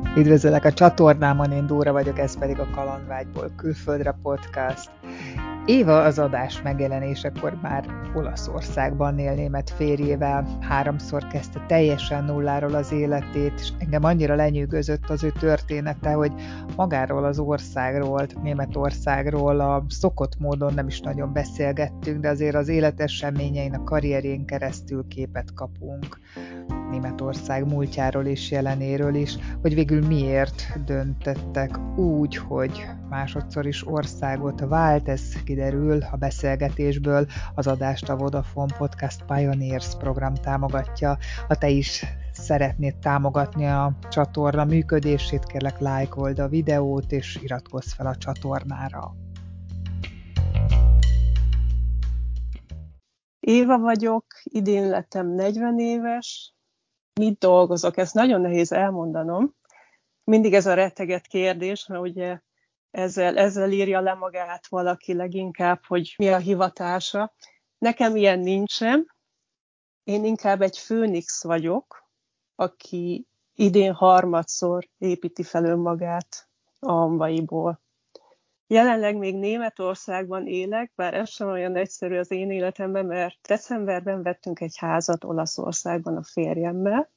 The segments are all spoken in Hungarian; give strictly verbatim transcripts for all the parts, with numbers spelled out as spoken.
Üdvözöllek a csatornámon, én Dóra vagyok, ez pedig a Kalandvágyból Külföldre podcast. Éva az adás megjelenésekor már Olaszországban él német férjével, háromszor kezdte teljesen nulláról az életét, és engem annyira lenyűgözött az ő története, hogy magáról az országról, Németországról a szokott módon nem is nagyon beszélgettünk, de azért az életeseményein, a karrierjén keresztül képet kapunk. Németország múltjáról és jelenéről is, hogy végül miért döntettek úgy, hogy másodszor is országot vált, ez kiderül a beszélgetésből. Az adást a Vodafone Podcast Pioneers program támogatja. Ha te is szeretnéd támogatni a csatorna működését, kérlek lájkold a videót és iratkozz fel a csatornára. Éva vagyok, idén lettem negyven éves. Mit dolgozok? Ezt nagyon nehéz elmondanom. Mindig ez a retteget kérdés, mert ugye ezzel, ezzel írja le magát valaki leginkább, hogy mi a hivatása. Nekem ilyen nincsen. Én inkább egy főnix vagyok, aki idén harmadszor építi fel önmagát a hamvaiból. Jelenleg még Németországban élek, bár ez sem olyan egyszerű az én életemben, mert decemberben vettünk egy házat Olaszországban a férjemmel.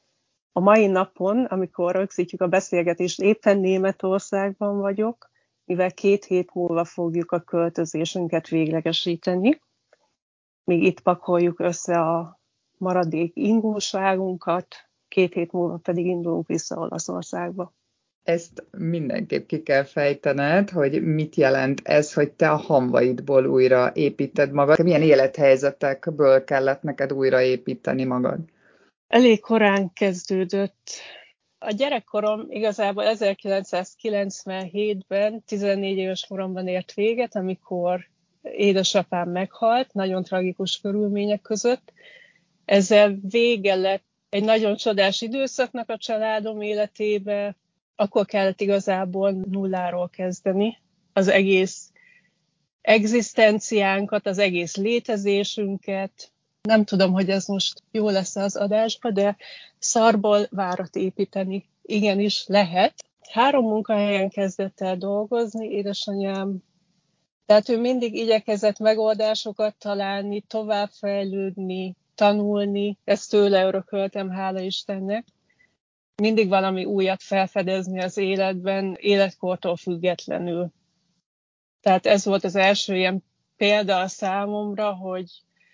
A mai napon, amikor rögzítjük a beszélgetést, éppen Németországban vagyok, mivel két hét múlva fogjuk a költözésünket véglegesíteni. Még itt pakoljuk össze a maradék ingóságunkat, két hét múlva pedig indulunk vissza Olaszországba. Ezt mindenképp ki kell fejtened, hogy mit jelent ez, hogy te a hamvaidból újra építed magad. Milyen élethelyzetekből kellett neked újra építeni magad? Elég korán kezdődött. A gyerekkorom igazából ezerkilencszázkilencvenhétben, tizennégy éves koromban ért véget, amikor édesapám meghalt, nagyon tragikus körülmények között. Ezzel vége lett egy nagyon csodás időszaknak a családom életébe. Akkor kellett igazából nulláról kezdeni az egész egzisztenciánkat, az egész létezésünket. Nem tudom, hogy ez most jó lesz az adásba, de szarból várat építeni igenis lehet. Három munkahelyen kezdett el dolgozni édesanyám. Tehát ő mindig igyekezett megoldásokat találni, továbbfejlődni, tanulni. Ezt tőle örököltem, hála Istennek. Mindig valami újat felfedezni az életben, életkortól függetlenül. Tehát ez volt az első ilyen példa a számomra, hogy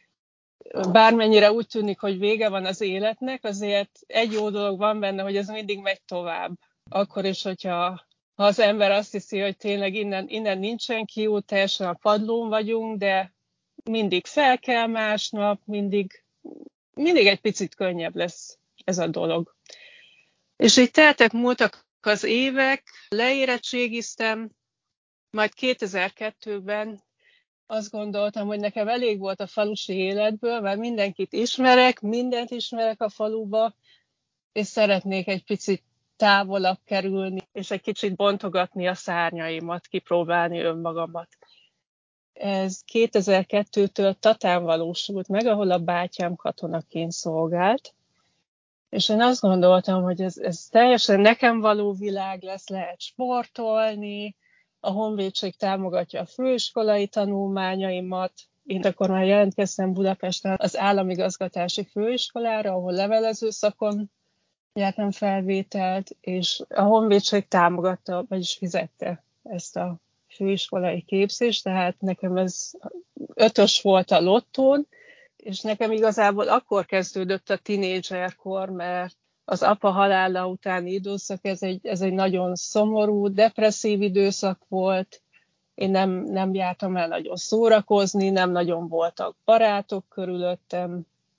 bármennyire úgy tűnik, hogy vége van az életnek, azért egy jó dolog van benne, hogy ez mindig megy tovább. Akkor is, hogyha ha az ember azt hiszi, hogy tényleg innen, innen nincsen kiút, teljesen a padlón vagyunk, de mindig fel kell másnap, mindig, mindig egy picit könnyebb lesz ez a dolog. És így teltek, múltak az évek, leérettségiztem, majd kétezer-kettőben azt gondoltam, hogy nekem elég volt a falusi életből, mert mindenkit ismerek, mindent ismerek a faluba, és szeretnék egy picit távolabb kerülni, és egy kicsit bontogatni a szárnyaimat, kipróbálni önmagamat. Ez kétezer-kettőtől Tatán valósult meg, ahol a bátyám katonaként szolgált, és én azt gondoltam, hogy ez, ez teljesen nekem való világ lesz, lehet sportolni, a honvédség támogatja a főiskolai tanulmányaimat. Én akkor már jelentkeztem Budapesten az államigazgatási főiskolára, ahol levelező szakon jártam felvételt, és a honvédség támogatta, vagyis fizette ezt a főiskolai képzést, tehát nekem ez ötös volt a lottón, és nekem igazából akkor kezdődött a tinédzserkor, mert az apa halála utáni időszak, ez egy, ez egy nagyon szomorú, depresszív időszak volt. Én nem, nem jártam el nagyon szórakozni, nem nagyon voltak barátok körülöttem,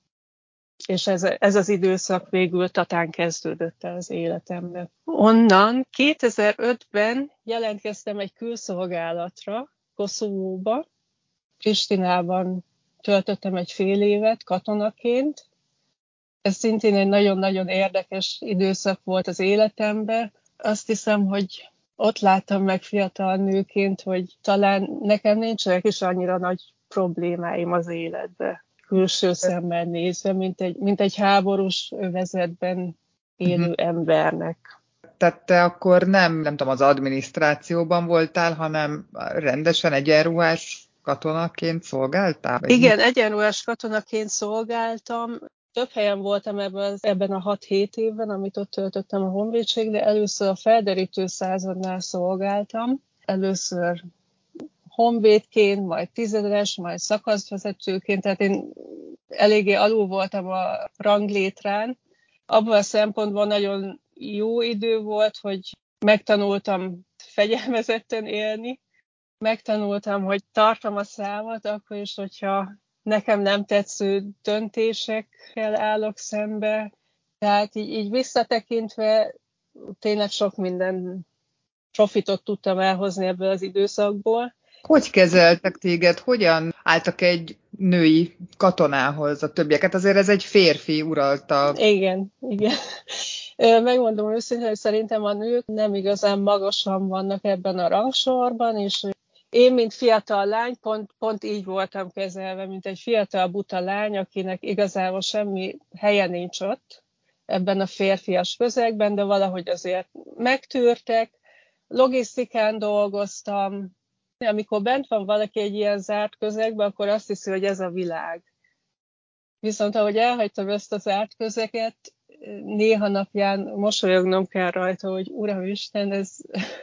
és ez, ez az időszak végül Tatán kezdődött el az életemben. Onnan kétezer-ötben jelentkeztem egy külszolgálatra, Koszovóba, Pristinában töltöttem egy fél évet katonaként. Ez szintén egy nagyon-nagyon érdekes időszak volt az életemben. Azt hiszem, hogy ott láttam meg fiatal nőként, hogy talán nekem nincsenek is annyira nagy problémáim az életben, külső szemmel nézve, mint egy, mint egy háborús övezetben élő uh-huh. embernek. Tehát te akkor nem, nem tudom, az adminisztrációban voltál, hanem rendesen egyenruhás katonaként szolgáltál? Vagy Igen, mit? egyenruhás katonaként szolgáltam. Több helyen voltam ebben, az, ebben a hat-hét évben, amit ott töltöttem a honvédség, de először a felderítő századnál szolgáltam. Először honvédként, majd tizedes, majd szakaszvezetőként, tehát én eléggé alul voltam a ranglétrán. Abban a szempontból nagyon jó idő volt, hogy megtanultam fegyelmezetten élni, megtanultam, hogy tartom a számat, akkor is, hogyha nekem nem tetsző döntésekkel állok szembe. Tehát így, így visszatekintve tényleg sok minden profitot tudtam elhozni ebből az időszakból. Hogy kezeltek téged? Hogyan álltak egy női katonához a többieket? Azért ez egy férfi uralta. Igen, igen. Megmondom őszintén, hogy szerintem a nők nem igazán magasan vannak ebben a rangsorban, és én, mint fiatal lány, pont, pont így voltam kezelve, mint egy fiatal buta lány, akinek igazából semmi helye nincs ott ebben a férfias közegben, de valahogy azért megtűrtek. Logisztikán dolgoztam. Amikor bent van valaki egy ilyen zárt közegben, akkor azt hiszi, hogy ez a világ. Viszont ahogy elhagytam ezt a zárt közeget, néha napján mosolyognom kell rajta, hogy Uramisten, ez,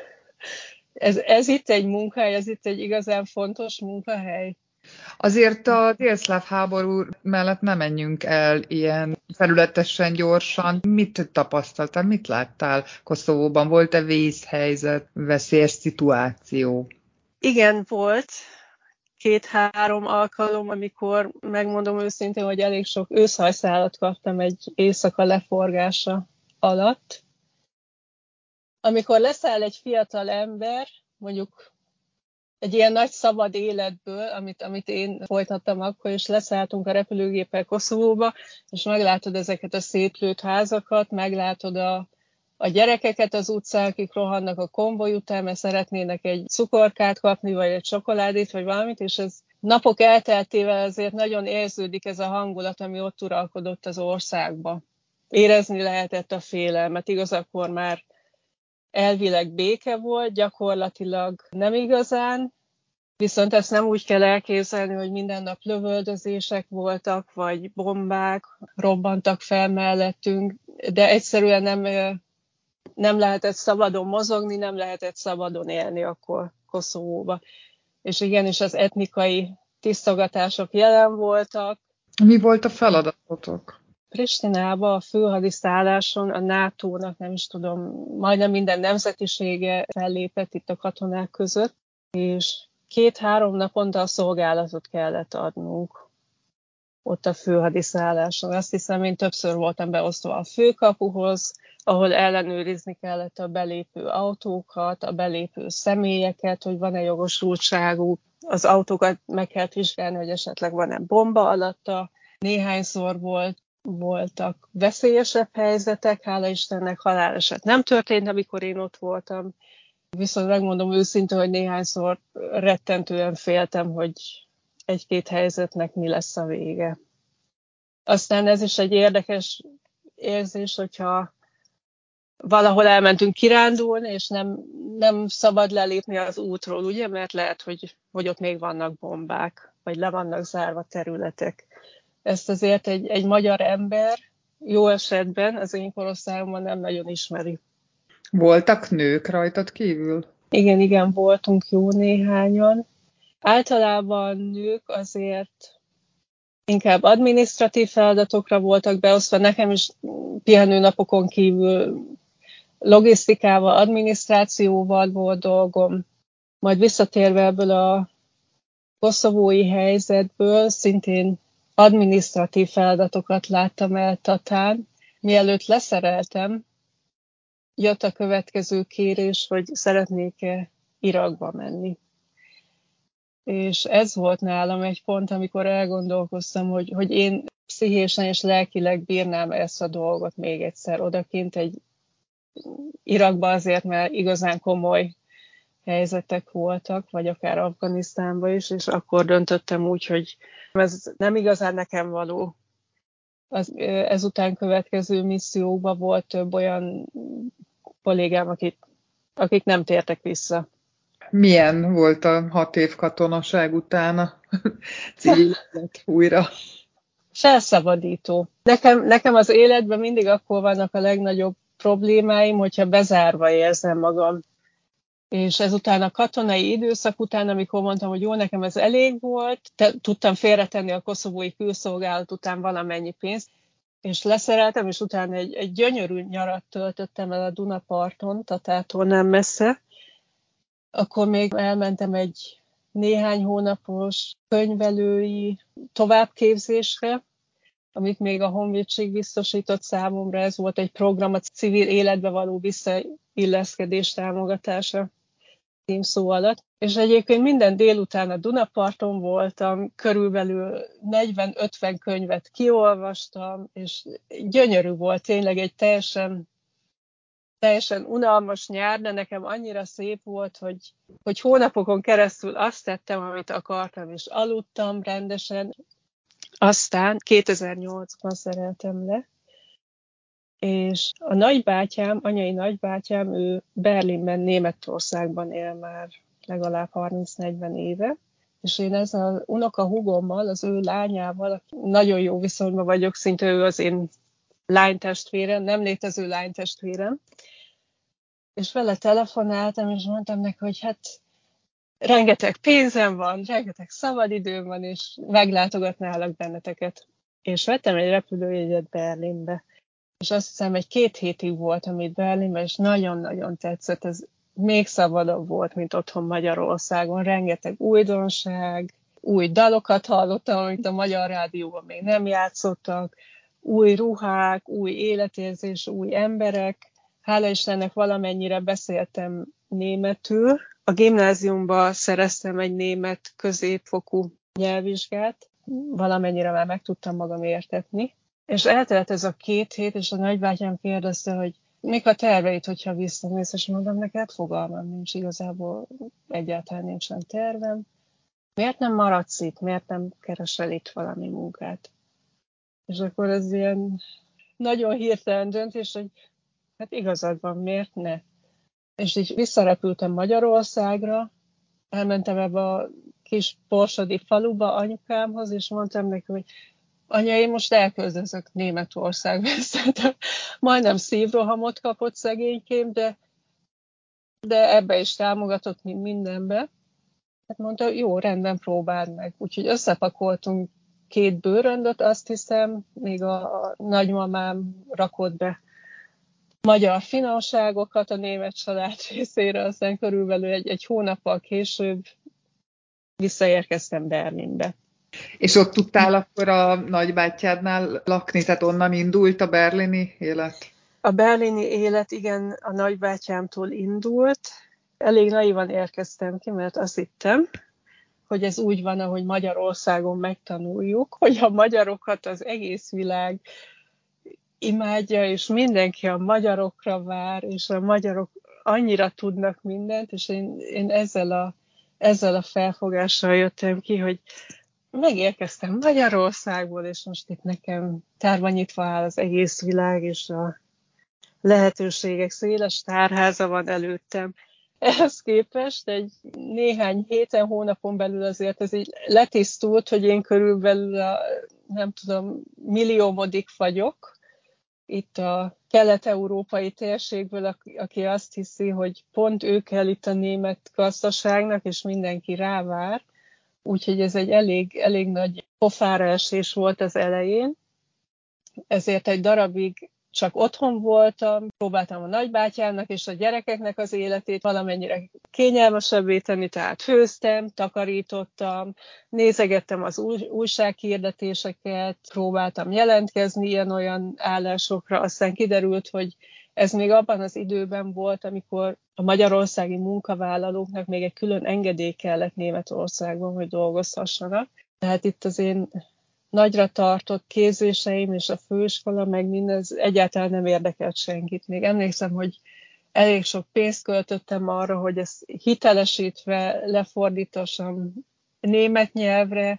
ez, ez itt egy munkahely, ez itt egy igazán fontos munkahely. Azért a délszláv háború mellett nem menjünk el ilyen felületesen gyorsan. Mit tapasztaltál, mit láttál Koszovóban? Volt-e vészhelyzet, veszélyes szituáció? Igen, volt két-három alkalom, amikor megmondom őszintén, hogy elég sok őszhajszálat kaptam egy éjszaka leforgása alatt. Amikor leszáll egy fiatal ember, mondjuk egy ilyen nagy szabad életből, amit, amit én folytattam akkor, és leszálltunk a repülőgéppel Koszovóba, és meglátod ezeket a szétlőtt házakat, meglátod a, a gyerekeket az utcán, akik rohannak a konvoj után, mert szeretnének egy cukorkát kapni, vagy egy csokoládét, vagy valamit, és ez napok elteltével azért nagyon érződik ez a hangulat, ami ott uralkodott az országba. Érezni lehetett a félelmet, igaz, akkor már elvileg béke volt, gyakorlatilag nem igazán, viszont ezt nem úgy kell elképzelni, hogy minden nap lövöldözések voltak, vagy bombák robbantak fel mellettünk, de egyszerűen nem, nem lehetett szabadon mozogni, nem lehetett szabadon élni akkor Koszovóba. És igenis az etnikai tisztogatások jelen voltak. Mi volt a feladatotok? Pristinába a főhadiszálláson a nátónak, nem is tudom, majdnem minden nemzetisége fellépett itt a katonák között, és két-három naponta a szolgálatot kellett adnunk ott a főhadiszálláson. Azt hiszem, én többször voltam beosztva a főkapuhoz, ahol ellenőrizni kellett a belépő autókat, a belépő személyeket, hogy van-e jogosultságuk. Az autókat meg kellett vizsgálni, hogy esetleg van-e bomba alatta. Néhányszor volt voltak veszélyesebb helyzetek, hála Istennek haláleset nem történt, amikor én ott voltam. Viszont megmondom őszintén, hogy néhányszor rettentően féltem, hogy egy-két helyzetnek mi lesz a vége. Aztán ez is egy érdekes érzés, hogyha valahol elmentünk kirándulni, és nem, nem szabad lelépni az útról, ugye? Mert lehet, hogy, hogy ott még vannak bombák, vagy le vannak zárva területek. Ezt azért egy, egy magyar ember jó esetben az én korosztályomban nem nagyon ismeri. Voltak nők rajtad kívül? Igen, igen, voltunk jó néhányan. Általában nők azért inkább adminisztratív feladatokra voltak beosztva. Nekem is pihenőnapokon kívül logisztikával, adminisztrációval volt dolgom. Majd visszatérve ebből a koszovói helyzetből szintén adminisztratív feladatokat láttam el Tatán. Mielőtt leszereltem, jött a következő kérés, hogy szeretnék-e Irakba menni. És ez volt nálam egy pont, amikor elgondolkoztam, hogy, hogy én pszichésen és lelkileg bírnám ezt a dolgot még egyszer odakint egy Irakba azért, mert igazán komoly helyzetek voltak, vagy akár Afganisztánban is, és akkor döntöttem úgy, hogy ez nem igazán nekem való. Az, ezután következő missziókban volt több olyan kollégám, akik, akik nem tértek vissza. Milyen volt a hat év katonaság után a civil élet újra? Felszabadító. Nekem, nekem az életben mindig akkor vannak a legnagyobb problémáim, hogyha bezárva érzem magam. És ezután a katonai időszak után, amikor mondtam, hogy jó, nekem ez elég volt, te, tudtam félretenni a koszovói külszolgálat után valamennyi pénzt, és leszereltem, és utána egy, egy gyönyörű nyarat töltöttem el a Dunaparton, Tatától nem messze. Akkor még elmentem egy néhány hónapos könyvelői továbbképzésre, amit még a Honvédség biztosított számomra. Ez volt egy program a civil életbe való visszailleszkedés támogatása címszó alatt. És egyébként minden délután a Dunaparton voltam, körülbelül negyven-ötven könyvet kiolvastam, és gyönyörű volt, tényleg egy teljesen, teljesen unalmas nyár, de nekem annyira szép volt, hogy, hogy hónapokon keresztül azt tettem, amit akartam, és aludtam rendesen. Aztán kétezer-nyolcban szereltem le, és a nagybátyám, anyai nagybátyám, ő Berlinben, Németországban él már legalább harminc-negyven éve, és én ezzel az unokahúgommal, az ő lányával, nagyon jó viszonyban vagyok, szinte ő az én lánytestvérem, nem létező lánytestvérem, és vele telefonáltam, és mondtam neki, hogy hát rengeteg pénzem van, rengeteg szabadidőm van, és meglátogatnálak benneteket. És vettem egy repülőjegyet Berlinbe. És azt hiszem, egy két hétig voltam itt Berlinben, és nagyon-nagyon tetszett. Ez még szabadabb volt, mint otthon Magyarországon. Rengeteg újdonság, új dalokat hallottam, amit a Magyar Rádióban még nem játszottak, új ruhák, új életérzés, új emberek. Hála Istennek valamennyire beszéltem németül. A gimnáziumban szereztem egy német középfokú nyelvvizsgát, valamennyire már meg tudtam magam értetni. És eltelt ez a két hét, és a nagybátyám kérdezte, hogy mik a terveid, hogyha visszamész, és mondom, neked fogalmam nincs, igazából egyáltalán nincsen tervem. Miért nem maradsz itt? Miért nem keresel itt valami munkát? És akkor ez ilyen nagyon hirtelen döntés, hogy hát igazad van, miért ne? És így visszarepültem Magyarországra, elmentem ebbe a kis borsodi faluba anyukámhoz, és mondtam neki, hogy anya, én most elköltözök Németországba. Majdnem szívrohamot kapott szegénykém, de, de ebbe is támogatott, mint mindenbe. Hát mondta, jó, rendben, próbáld meg. Úgyhogy összepakoltunk két bőröndöt, azt hiszem, még a, a nagymamám rakott be magyar finomságokat a német család részére, aztán körülbelül egy, egy hónappal később visszaérkeztem Berlinbe. És ott tudtál akkor a nagybátyádnál lakni, tehát onnan indult a berlini élet? A berlini élet, igen, a nagybátyámtól indult. Elég naivan érkeztem ki, mert azt hittem, hogy ez úgy van, ahogy Magyarországon megtanuljuk, hogy a magyarokat az egész világ imádja, és mindenki a magyarokra vár, és a magyarok annyira tudnak mindent, és én, én ezzel, a, ezzel a felfogással jöttem ki, hogy megérkeztem Magyarországból, és most itt nekem tárva nyitva áll az egész világ, és a lehetőségek széles tárháza van előttem. Ehhez képest egy néhány héten, hónapon belül azért ez így letisztult, hogy én körülbelül a, nem tudom, milliómodik vagyok itt a kelet-európai térségből, aki azt hiszi, hogy pont ő kell itt a német gazdaságnak, és mindenki rávár. Úgyhogy ez egy elég, elég nagy pofára esés volt az elején. Ezért egy darabig csak otthon voltam, próbáltam a nagybátyámnak és a gyerekeknek az életét valamennyire kényelmesebbé tenni, tehát főztem, takarítottam, nézegettem az új, újsághirdetéseket, próbáltam jelentkezni ilyen-olyan állásokra, aztán kiderült, hogy ez még abban az időben volt, amikor a magyarországi munkavállalóknak még egy külön engedély kellett Németországban, hogy dolgozhassanak. Tehát itt az én nagyra tartott képzéseim és a főiskola, meg mindez egyáltalán nem érdekelt senkit. Még emlékszem, hogy elég sok pénzt költöttem arra, hogy ezt hitelesítve lefordítassam német nyelvre,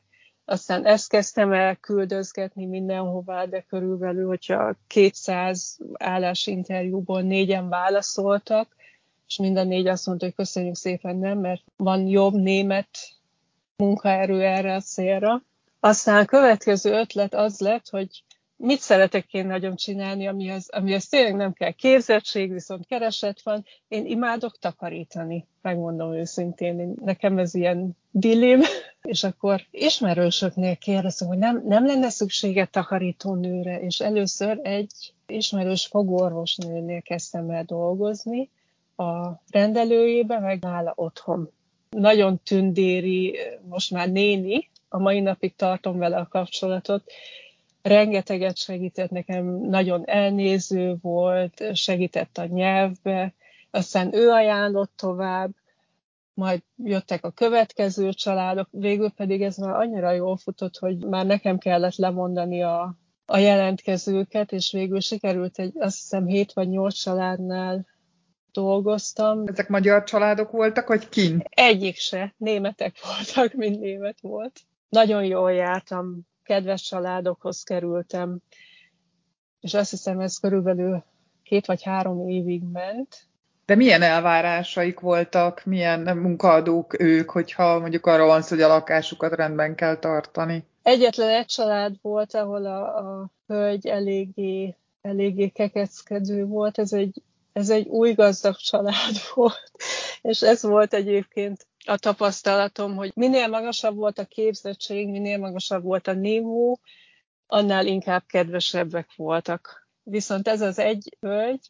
Aztán ezt kezdtem el küldözgetni mindenhová, de körülbelül, hogyha kétszáz állásinterjúból négyen válaszoltak, és minden négy azt mondta, hogy köszönjük szépen, nem, mert van jobb német munkaerő erre a célra. Aztán a következő ötlet az lett, hogy mit szeretek én nagyon csinálni, amihez, amihez tényleg nem kell képzettség, viszont kereset van. Én imádok takarítani, megmondom őszintén. Én, nekem ez ilyen dilim. És akkor ismerősöknél kérdeztem, hogy nem, nem lenne szüksége takarítónőre, és először egy ismerős fogorvosnőnél kezdtem el dolgozni, a rendelőjében, meg nála otthon. Nagyon tündéri, most már néni, a mai napig tartom vele a kapcsolatot, rengeteget segített nekem, nagyon elnéző volt, segített a nyelvbe, aztán ő ajánlott tovább, majd jöttek a következő családok, végül pedig ez már annyira jól futott, hogy már nekem kellett lemondani a, a jelentkezőket, és végül sikerült egy, azt hiszem, hét vagy nyolc családnál dolgoztam. Ezek magyar családok voltak, vagy kin? Egyik se, németek voltak, mind német volt. Nagyon jól jártam, kedves családokhoz kerültem, és azt hiszem, ez körülbelül két vagy három évig ment. De milyen elvárásaik voltak, milyen munkaadók ők, hogyha mondjuk arról van szó, hogy a lakásukat rendben kell tartani? Egyetlen egy család volt, ahol a, a hölgy eléggé, eléggé kekeckedő volt. Ez egy, ez egy új gazdag család volt, és ez volt egyébként a tapasztalatom, hogy minél magasabb volt a képzettség, minél magasabb volt a nívó, annál inkább kedvesebbek voltak. Viszont ez az egy hölgy,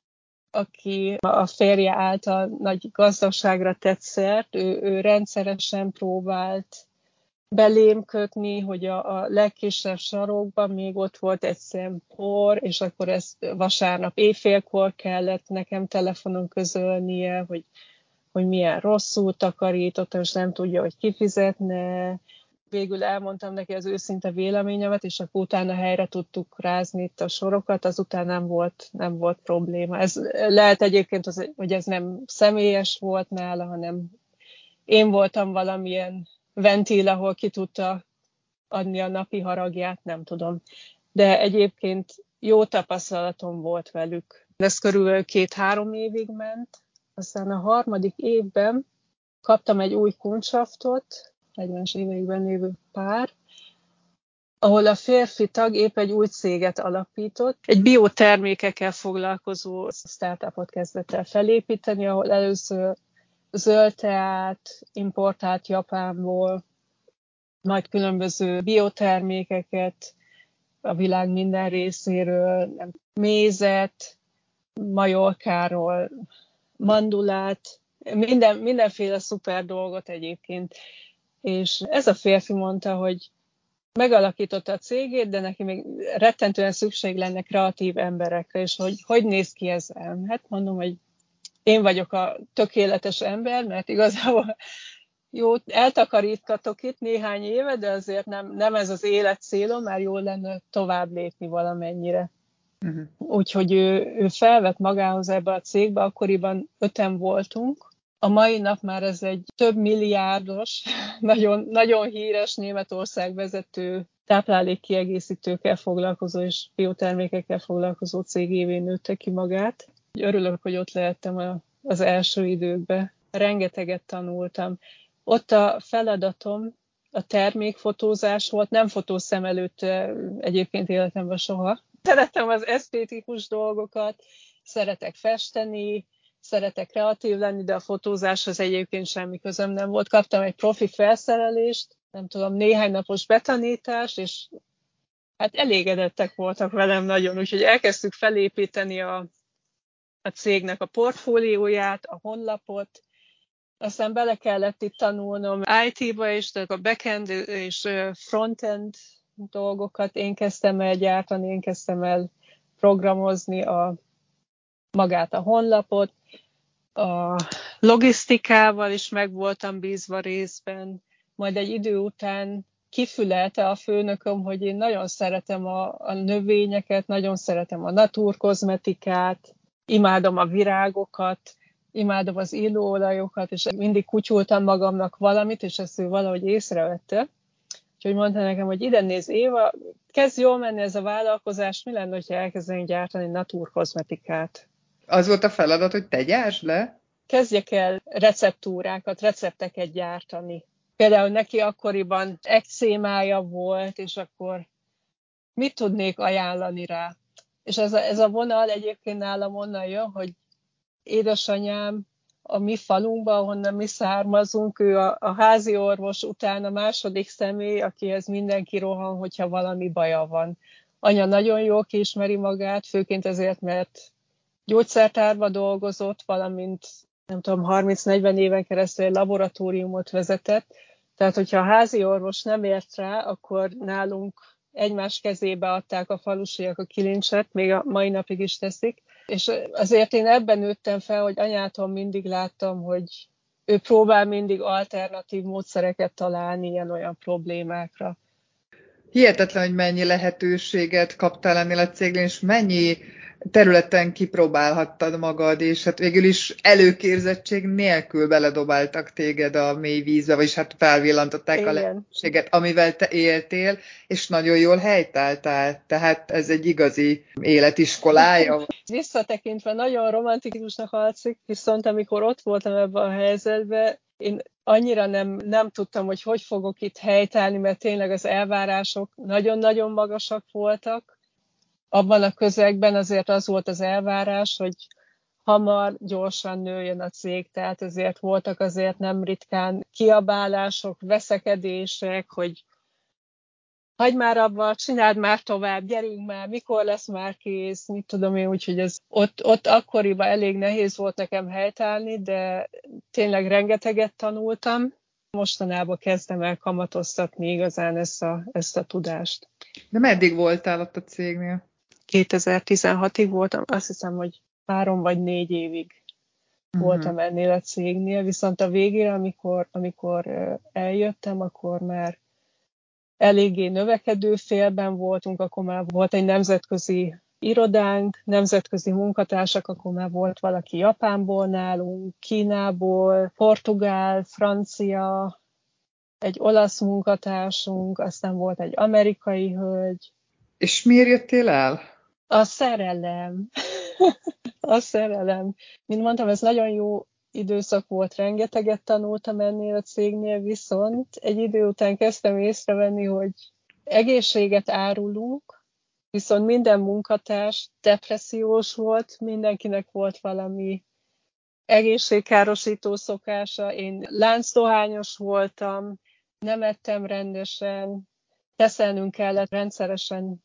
aki a férje által nagy gazdagságra tett szert, ő, ő rendszeresen próbált belém kötni, hogy a, a legkisebb sarokban még ott volt egy szempor, és akkor ezt vasárnap éjfélkor kellett nekem telefonon közölnie, hogy, hogy milyen rosszul takarítottam, és nem tudja, hogy kifizetne. Végül elmondtam neki az őszinte véleményemet, és akkor utána helyre tudtuk rázni itt a sorokat, azután nem volt, nem volt probléma. Ez lehet egyébként, hogy ez nem személyes volt nála, hanem én voltam valamilyen ventil, ahol ki tudta adni a napi haragját, nem tudom. De egyébként jó tapasztalatom volt velük. Ez körülbelül két-három évig ment. Aztán a harmadik évben kaptam egy új kuncsaftot, negyvenes éveikben lévő pár, ahol a férfi tag épp egy új céget alapított. Egy biotermékekkel foglalkozó startupot kezdett el felépíteni, ahol először zöld teát importált Japánból, majd különböző biotermékeket a világ minden részéről, mézet, Majorkáról, mandulát, minden, mindenféle szuper dolgot egyébként. És ez a férfi mondta, hogy megalakította a cégét, de neki még rettentően szükség lenne kreatív emberekre, és hogy hogy néz ki ez el? Hát mondom, hogy én vagyok a tökéletes ember, mert igazából jó, eltakarítgatok itt néhány éve, de azért nem, nem ez az élet célom, már jól lenne tovább lépni valamennyire. Uh-huh. Úgyhogy ő, ő felvett magához ebbe a cégbe, akkoriban öten voltunk. A mai nap már ez egy több milliárdos, nagyon, nagyon híres Németország vezető táplálékkiegészítőkkel foglalkozó és biotermékekkel foglalkozó cégévé nőtte ki magát. Örülök, hogy ott lehettem az első időkben. Rengeteget tanultam. Ott a feladatom a termékfotózás volt, nem fotóztam előtte egyébként életemben soha. Szeretem az esztétikus dolgokat, szeretek festeni, szeretek kreatív lenni, de a fotózáshoz egyébként semmi közöm nem volt. Kaptam egy profi felszerelést, nem tudom, néhány napos betanítás, és hát elégedettek voltak velem nagyon, úgyhogy elkezdtük felépíteni a, a cégnek a portfólióját, a honlapot, aztán bele kellett itt tanulnom í té-ba is, tehát a backend és frontend dolgokat én kezdtem el gyártani, én kezdtem el programozni a, magát a honlapot, a logisztikával is meg voltam bízva részben, majd egy idő után kifülelte a főnököm, hogy én nagyon szeretem a, a növényeket, nagyon szeretem a naturkozmetikát, imádom a virágokat, imádom az illóolajokat, és mindig kutyultam magamnak valamit, és ezt ő valahogy észrevette. Úgyhogy mondta nekem, hogy ide néz Éva, kezd jól menni ez a vállalkozás, mi lenne, hogyha elkezdenénk gyártani naturkozmetikát? Az volt a feladat, hogy te gyártsd le? Kezdjek el receptúrákat, recepteket gyártani. Például neki akkoriban ekcémája volt, és akkor mit tudnék ajánlani rá? És ez a, ez a vonal egyébként nálam onnan jön, hogy édesanyám a mi falunkban, ahonnan mi származunk, ő a, a házi orvos után a második személy, akihez mindenki rohan, hogyha valami baja van. Anya nagyon jól kiismeri magát, főként ezért, mert gyógyszertárba dolgozott, valamint nem tudom, harminc-negyven éven keresztül egy laboratóriumot vezetett. Tehát, hogyha a házi orvos nem ért rá, akkor nálunk egymás kezébe adták a falusiak a kilincset, még a mai napig is teszik. És azért én ebben nőttem fel, hogy anyától mindig láttam, hogy ő próbál mindig alternatív módszereket találni ilyen-olyan problémákra. Hihetetlen, hogy mennyi lehetőséget kaptál ennél a cégnél, és mennyi területen kipróbálhattad magad, és hát végül is előképzettség nélkül beledobáltak téged a mély vízbe, vagyis hát felvillantották Igen. a lehetőséget, amivel te éltél, és nagyon jól helytáltál. Tehát ez egy igazi életiskolája. Visszatekintve nagyon romantikusnak hallatszik, viszont amikor ott voltam ebben a helyzetben, én annyira nem, nem tudtam, hogy hogy fogok itt helytállni, mert tényleg az elvárások nagyon-nagyon magasak voltak. Abban a közegben azért az volt az elvárás, hogy hamar, gyorsan nőjön a cég, tehát ezért voltak azért nem ritkán kiabálások, veszekedések, hogy hagyd már abba, csináld már tovább, gyerünk már, mikor lesz már kész, mit tudom én, úgyhogy ez ott, ott akkoriban elég nehéz volt nekem helytállni, de tényleg rengeteget tanultam. Mostanában kezdem el kamatoztatni igazán ezt a, ezt a tudást. De meddig voltál ott a cégnél? kétezer-tizenhatig voltam, azt hiszem, hogy három vagy négy évig uh-huh. voltam ennél a cégnél, viszont a végére, amikor, amikor eljöttem, akkor már eléggé növekedő félben voltunk, akkor már volt egy nemzetközi irodánk, nemzetközi munkatársak, akkor már volt valaki Japánból nálunk, Kínából, portugál, francia, egy olasz munkatársunk, aztán volt egy amerikai hölgy. És miért jöttél el? A szerelem. A szerelem. Mint mondtam, ez nagyon jó időszak volt, rengeteget tanultam ennél a cégnél, viszont egy idő után kezdtem észrevenni, hogy egészséget árulunk, viszont minden munkatárs depressziós volt, mindenkinek volt valami egészségkárosító szokása. Én láncdohányos voltam, nem ettem rendesen, teszelnünk kellett rendszeresen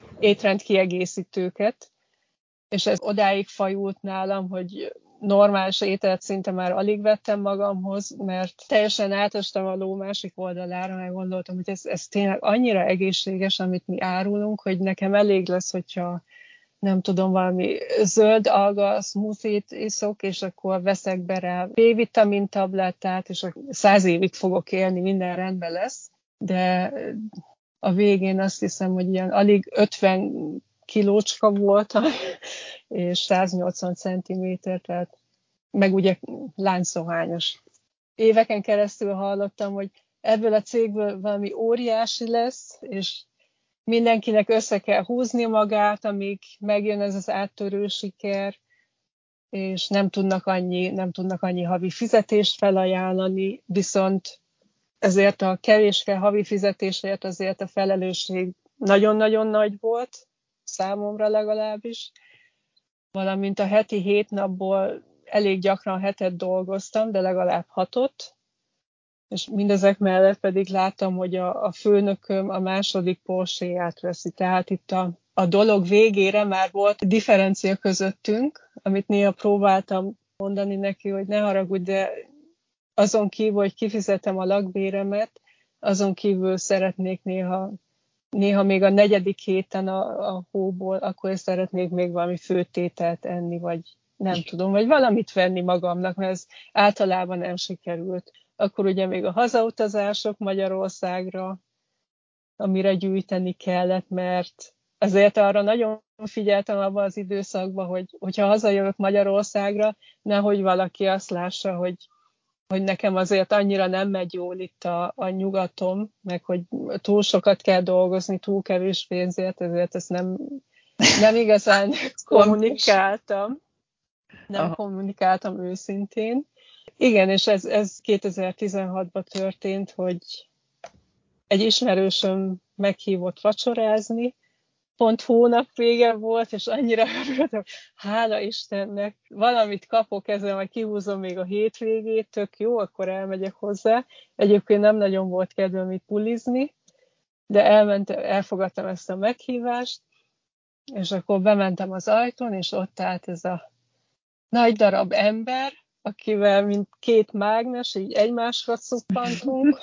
étrendkiegészítőket, és ez odáig fajult nálam, hogy normális ételt szinte már alig vettem magamhoz, mert teljesen átestem a ló másik oldalára, meg gondoltam, hogy ez, ez tényleg annyira egészséges, amit mi árulunk, hogy nekem elég lesz, hogyha nem tudom, valami zöld alga smoothie-t iszok, és akkor veszek be rá B-vitamin tablettát, és száz évig fogok élni, minden rendben lesz. De a végén azt hiszem, hogy ilyen alig ötven kilócska voltam, és száznyolcvan centiméter, tehát meg ugye láncdohányos. Éveken keresztül hallottam, hogy ebből a cégből valami óriási lesz, és mindenkinek össze kell húzni magát, amíg megjön ez az áttörő siker, és nem tudnak annyi, nem tudnak annyi havi fizetést felajánlani, viszont ezért a kevéske havi fizetésért azért a felelősség nagyon-nagyon nagy volt, számomra legalábbis, valamint a heti hét napból elég gyakran hetet dolgoztam, de legalább hatot, és mindezek mellett pedig láttam, hogy a, a főnököm a második Porsche-ját veszi. Tehát itt a, a dolog végére már volt differencia közöttünk, amit néha próbáltam mondani neki, hogy ne haragudj, de azon kívül, hogy kifizetem a lakbéremet, azon kívül szeretnék néha, néha még a negyedik héten a, a hóból, akkor szeretnék még valami főtételt enni, vagy nem tudom, vagy valamit venni magamnak, mert ez általában nem sikerült. Akkor ugye még a hazautazások Magyarországra, amire gyűjteni kellett, mert azért arra nagyon figyeltem abban az időszakban, hogy hogyha hazajövök Magyarországra, nehogy valaki azt lássa, hogy, hogy nekem azért annyira nem megy jól itt a, a nyugatom, meg hogy túl sokat kell dolgozni, túl kevés pénzért, ezért ezt nem, nem igazán kommunikáltam. Nem Aha. kommunikáltam őszintén. Igen, és ez, ez kétezer-tizenhatban történt, hogy egy ismerősöm meghívott vacsorázni, pont hónap vége volt, és annyira örültem, hála Istennek, valamit kapok ezzel, majd kihúzom még a hétvégét, tök jó, akkor elmegyek hozzá. Egyébként nem nagyon volt kedvem itt bulizni, de elment, elfogadtam ezt a meghívást, és akkor bementem az ajtón, és ott állt ez a nagy darab ember, akivel mint két mágnes, így egymásra szuppantunk.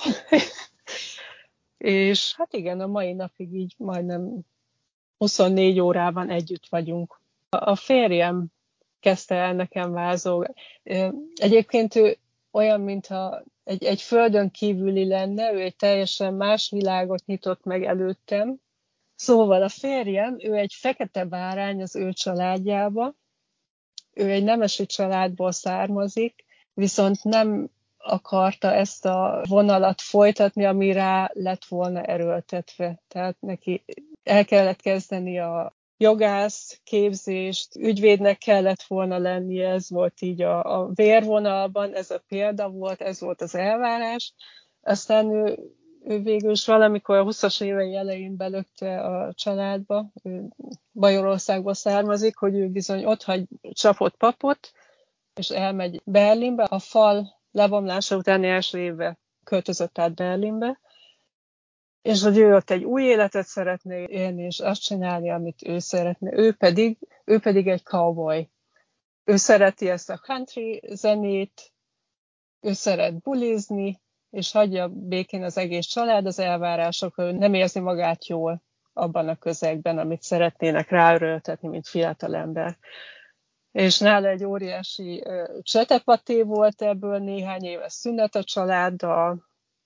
És hát igen, a mai napig így majdnem huszonnégy órában együtt vagyunk. A férjem kezdte el nekem vázolni. Egyébként ő olyan, mintha egy, egy földön kívüli lenne, ő egy teljesen más világot nyitott meg előttem. Szóval a férjem, ő egy fekete bárány az ő családjába, ő egy nemesi családból származik, viszont nem akarta ezt a vonalat folytatni, ami rá lett volna erőltetve. Tehát neki el kellett kezdeni a jogász képzést, ügyvédnek kellett volna lennie, ez volt így a, a vérvonalban, ez a példa volt, ez volt az elvárás. Aztán ő, ő végül is valamikor a huszas évei elején belökte a családba, ő Bajorországból származik, hogy ő bizony otthagy csapott papot, és elmegy Berlinbe. A fal lebomlása utáni első évben költözött át Berlinbe, és hogy ő ott egy új életet szeretne élni, és azt csinálni, amit ő szeretne. Ő pedig, ő pedig egy cowboy. Ő szereti ezt a country zenét, ő szeret bulizni, és hagyja békén az egész család, az elvárásokról, ő nem érzi magát jól abban a közegben, amit szeretnének ráerőltetni, mint fiatalember. És nála egy óriási uh, csetepaté volt ebből, néhány éves szünet a családdal.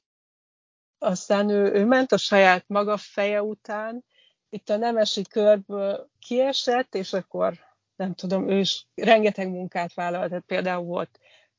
Aztán ő, ő ment a saját maga feje után, itt a nemesi körből kiesett, és akkor nem tudom, ő is rengeteg munkát vállalt. Tehát például volt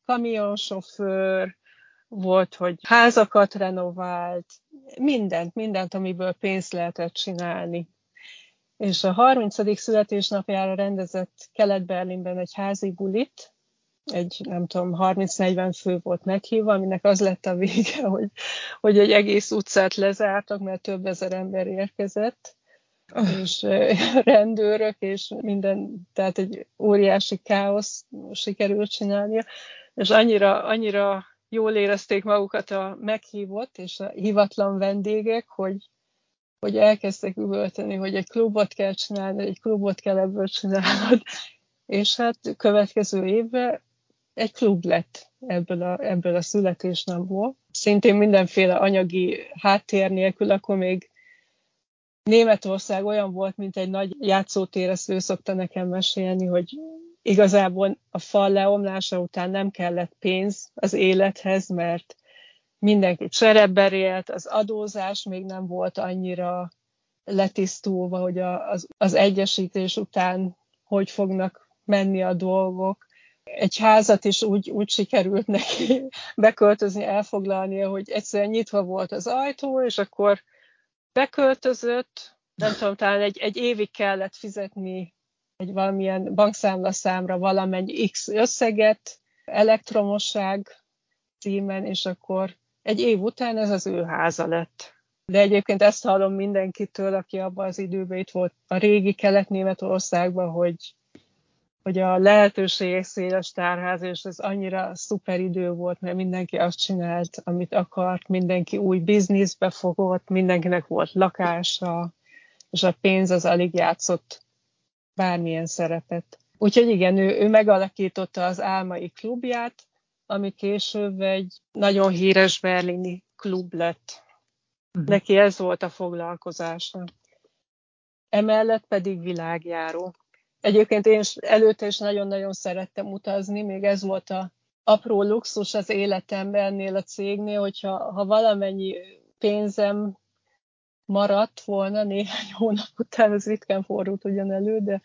kamionsofőr, volt, hogy házakat renovált, mindent, mindent, amiből pénzt lehetett csinálni. És a harmincadik születésnapjára rendezett Kelet-Berlinben egy házi bulit, egy, nem tudom, harminc-negyven fő volt meghívva, aminek az lett a vége, hogy, hogy egy egész utcát lezártak, mert több ezer ember érkezett, oh. és rendőrök, és minden, tehát egy óriási káosz sikerült csinálnia, és annyira, annyira jól érezték magukat a meghívott és a hivatlan vendégek, hogy hogy elkezdtek üvölteni, hogy egy klubot kell csinálni, egy klubot kell ebből csinálnod, és hát következő évben egy klub lett ebből a, ebből a születésnapból. Szintén mindenféle anyagi háttér nélkül, akkor még Németország olyan volt, mint egy nagy játszótér, ezt ő szokta nekem mesélni, hogy igazából a fal leomlása után nem kellett pénz az élethez, mert mindenki cserebben élt, az adózás még nem volt annyira letisztulva, hogy a, az, az egyesítés után hogy fognak menni a dolgok. Egy házat is úgy, úgy sikerült neki beköltözni, elfoglalnia, hogy egyszerűen nyitva volt az ajtó, és akkor beköltözött, nem tudom, talán egy, egy évig kellett fizetni egy valamilyen bankszámlaszámra valamennyi X összeget, elektromosság címen, és akkor egy év után ez az ő háza lett. De egyébként ezt hallom mindenkitől, aki abban az időben itt volt a régi Kelet-Németországban, hogy, hogy a lehetőségek széles tárház, és ez annyira szuper idő volt, mert mindenki azt csinált, amit akart, mindenki új bizniszbe fogott, mindenkinek volt lakása, és a pénz az alig játszott bármilyen szerepet. Úgyhogy igen, ő, ő megalakította az álmai klubját, ami később egy nagyon híres berlini klub lett. Uh-huh. Neki ez volt a foglalkozása. Emellett pedig világjáró. Egyébként én előtte is nagyon-nagyon szerettem utazni, még ez volt a apró luxus az életemben ennél a cégnél, hogyha ha valamennyi pénzem maradt volna néhány hónap után, ez ritkán fordult ugyan elő, de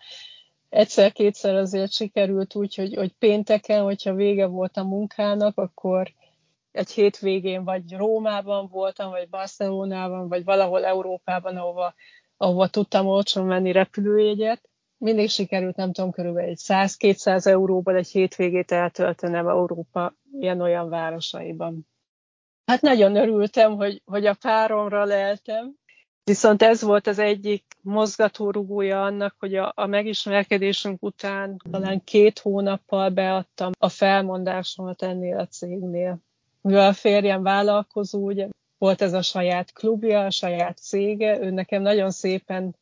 egyszer-kétszer azért sikerült úgy, hogy, hogy pénteken, hogyha vége volt a munkának, akkor egy hétvégén vagy Rómában voltam, vagy Barcelonában, vagy valahol Európában, ahova, ahova tudtam olcsón venni repülőjegyet. Mindig sikerült, nem tudom, körülbelül egy száz-kétszáz euróból egy hétvégét eltöltenem Európa ilyen-olyan városaiban. Hát nagyon örültem, hogy, hogy a páromra leltem, viszont ez volt az egyik mozgatórugója annak, hogy a, a megismerkedésünk után talán két hónappal beadtam a felmondásomat ennél a cégnél. Mivel a férjem vállalkozó, ugye volt ez a saját klubja, a saját cége, ő nekem nagyon szépen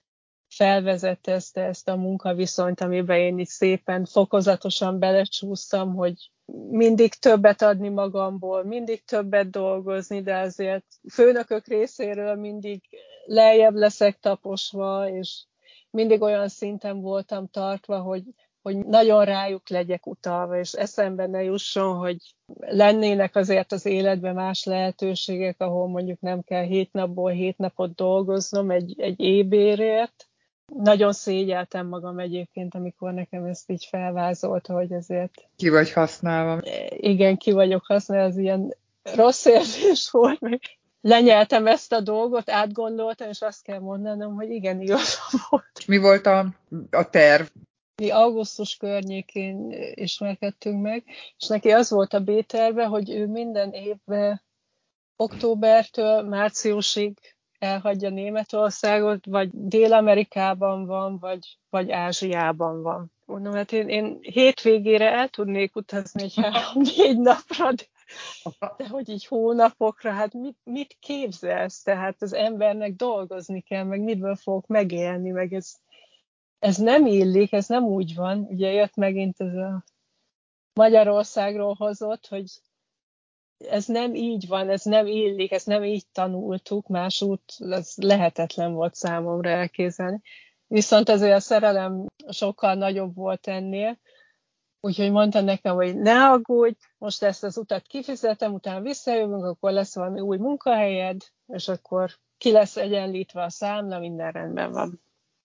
felvezetezte ezt a munkaviszonyt, amiben én így szépen fokozatosan belecsúsztam, hogy mindig többet adni magamból, mindig többet dolgozni, de azért főnökök részéről mindig lejjebb leszek taposva, és mindig olyan szinten voltam tartva, hogy, hogy nagyon rájuk legyek utalva, és eszembe ne jusson, hogy lennének azért az életben más lehetőségek, ahol mondjuk nem kell hét napból hét napot dolgoznom egy, egy ébérért. Nagyon szégyeltem magam egyébként, amikor nekem ezt így felvázolta, hogy ezért... Ki vagy használva. Igen, ki vagyok használva, az ilyen rossz érzés volt, meg lenyeltem ezt a dolgot, átgondoltam, és azt kell mondanom, hogy igen, igazam volt. Mi volt a, a terv? Mi augusztus környékén ismerkedtünk meg, és neki az volt a B-terve, hogy ő minden évben októbertől márciusig elhagyja Németországot, vagy Dél-Amerikában van, vagy, vagy Ázsiában van. Mondom, hát én, én hétvégére el tudnék utazni egy három-négy napra, de, de hogy így hónapokra, hát mit, mit képzelsz? Tehát az embernek dolgozni kell, meg miből fogok megélni, meg ez, ez nem illik, ez nem úgy van. Ugye jött megint ez a Magyarországról hozott, hogy ez nem így van, ez nem illik, ezt nem így tanultuk, másút ez lehetetlen volt számomra elképzelni. Viszont azért a szerelem sokkal nagyobb volt ennél, úgyhogy mondta nekem, hogy ne aggódj, most ezt az utat kifizetem, utána visszajövünk, akkor lesz valami új munkahelyed, és akkor ki lesz egyenlítve a számla, minden rendben van.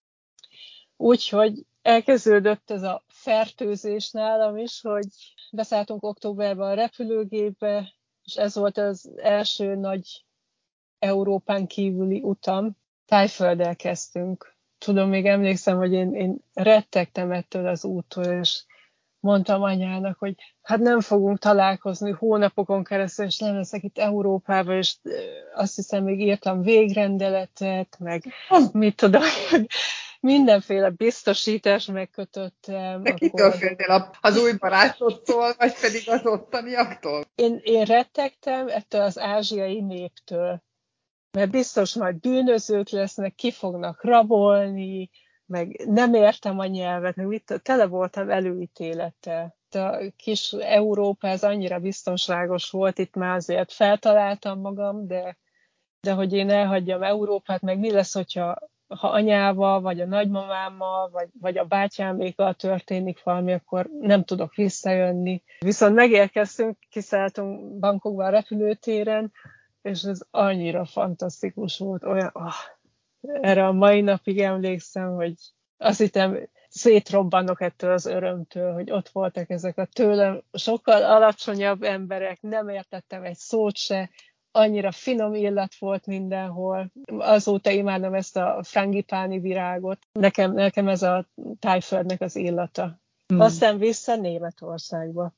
Úgyhogy elkezdődött ez a fertőzés nálam is, hogy beszálltunk októberben a repülőgépbe, és ez volt az első nagy Európán kívüli utam. Tájfölddel kezdtünk. Tudom, még emlékszem, hogy én, én rettegtem ettől az úttól, és mondtam anyának, hogy hát nem fogunk találkozni hónapokon keresztül, és nem leszek itt Európában, és azt hiszem, még írtam végrendeletet, meg mit tudom, mindenféle biztosítás megkötöttem. De kitől féltél, az új barátodtól, vagy pedig az ottaniaktól? Én, én rettegtem ettől az ázsiai néptől, mert biztos majd bűnözők lesznek, ki fognak rabolni, meg nem értem a nyelvet, meg mit, tele voltam előítélettel. A kis Európa, ez annyira biztonságos volt, itt már azért feltaláltam magam, de, de hogy én elhagyjam Európát, meg mi lesz, hogyha ha anyával, vagy a nagymamámmal, vagy, vagy a bátyámékkal történik valami, akkor nem tudok visszajönni. Viszont megérkeztünk, kiszálltunk Bangkokba a repülőtéren, és ez annyira fantasztikus volt, olyan, oh, erre a mai napig emlékszem, hogy azt hittem, szétrobbanok ettől az örömtől, hogy ott voltak ezek a tőlem sokkal alacsonyabb emberek, nem értettem egy szót se, annyira finom illat volt mindenhol. Azóta imádom ezt a frangipáni virágot. Nekem, nekem ez a Tájföldnek az illata. Hmm. Aztán vissza Németországba.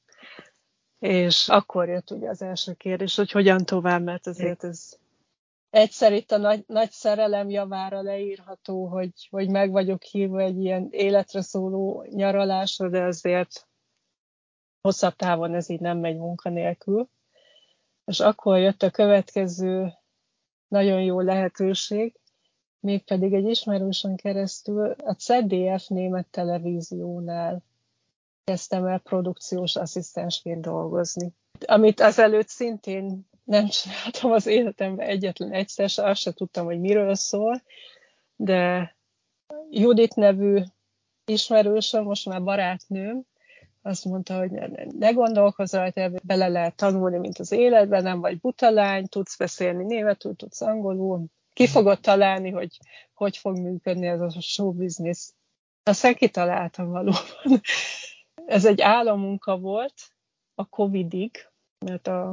És akkor jött ugye az első kérdés, hogy hogyan tovább, mert azért ez egyszer itt a nagy, nagy szerelem javára leírható, hogy, hogy meg vagyok hívva egy ilyen életre szóló nyaralásra, de azért hosszabb távon ez így nem megy munkanélkül. És akkor jött a következő nagyon jó lehetőség, mégpedig egy ismerősön keresztül a zé dé ef német televíziónál kezdtem el produkciós asszisztensként dolgozni. Amit azelőtt szintén nem csináltam az életemben egyetlen egyszer, azt se tudtam, hogy miről szól, de Judit nevű ismerősöm, most már barátnőm, azt mondta, hogy ne, ne gondolkozz rajta, bele lehet tanulni, mint az életben, nem vagy buta lány, tudsz beszélni németül, tudsz angolul, ki fogod találni, hogy hogy fog működni ez a show business. Aztán kitaláltam valóban. Ez egy álommunka volt a Covidig, mert a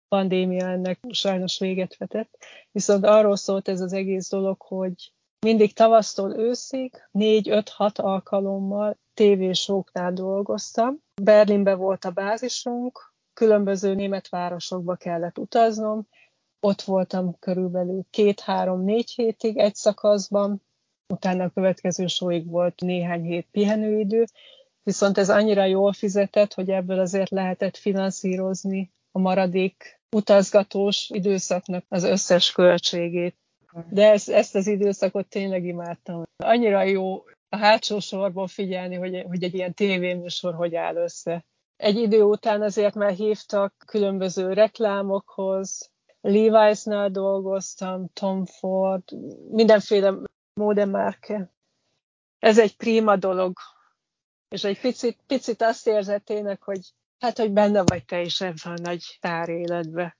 pandémia ennek sajnos véget vetett. Viszont arról szólt ez az egész dolog, hogy mindig tavasztól őszig, négy-öt-hat alkalommal tévésóknál dolgoztam. Berlinben volt a bázisunk, különböző német városokba kellett utaznom, ott voltam körülbelül két-három-négy hétig egy szakaszban, utána a következő sóig volt néhány hét pihenőidő, viszont ez annyira jól fizetett, hogy ebből azért lehetett finanszírozni a maradék utazgatós időszaknak az összes költségét. De ez, ezt az időszakot tényleg imádtam. Annyira jó a hátsó sorból figyelni, hogy, hogy egy ilyen tévéműsor hogy áll össze. Egy idő után azért már hívtak különböző reklámokhoz, Levi's-nál dolgoztam, Tom Ford, mindenféle módemárke. Ez egy prima dolog. És egy picit, picit azt érzed tényleg, hogy hát, hogy benne vagy te is ebben a nagy sztár életbe.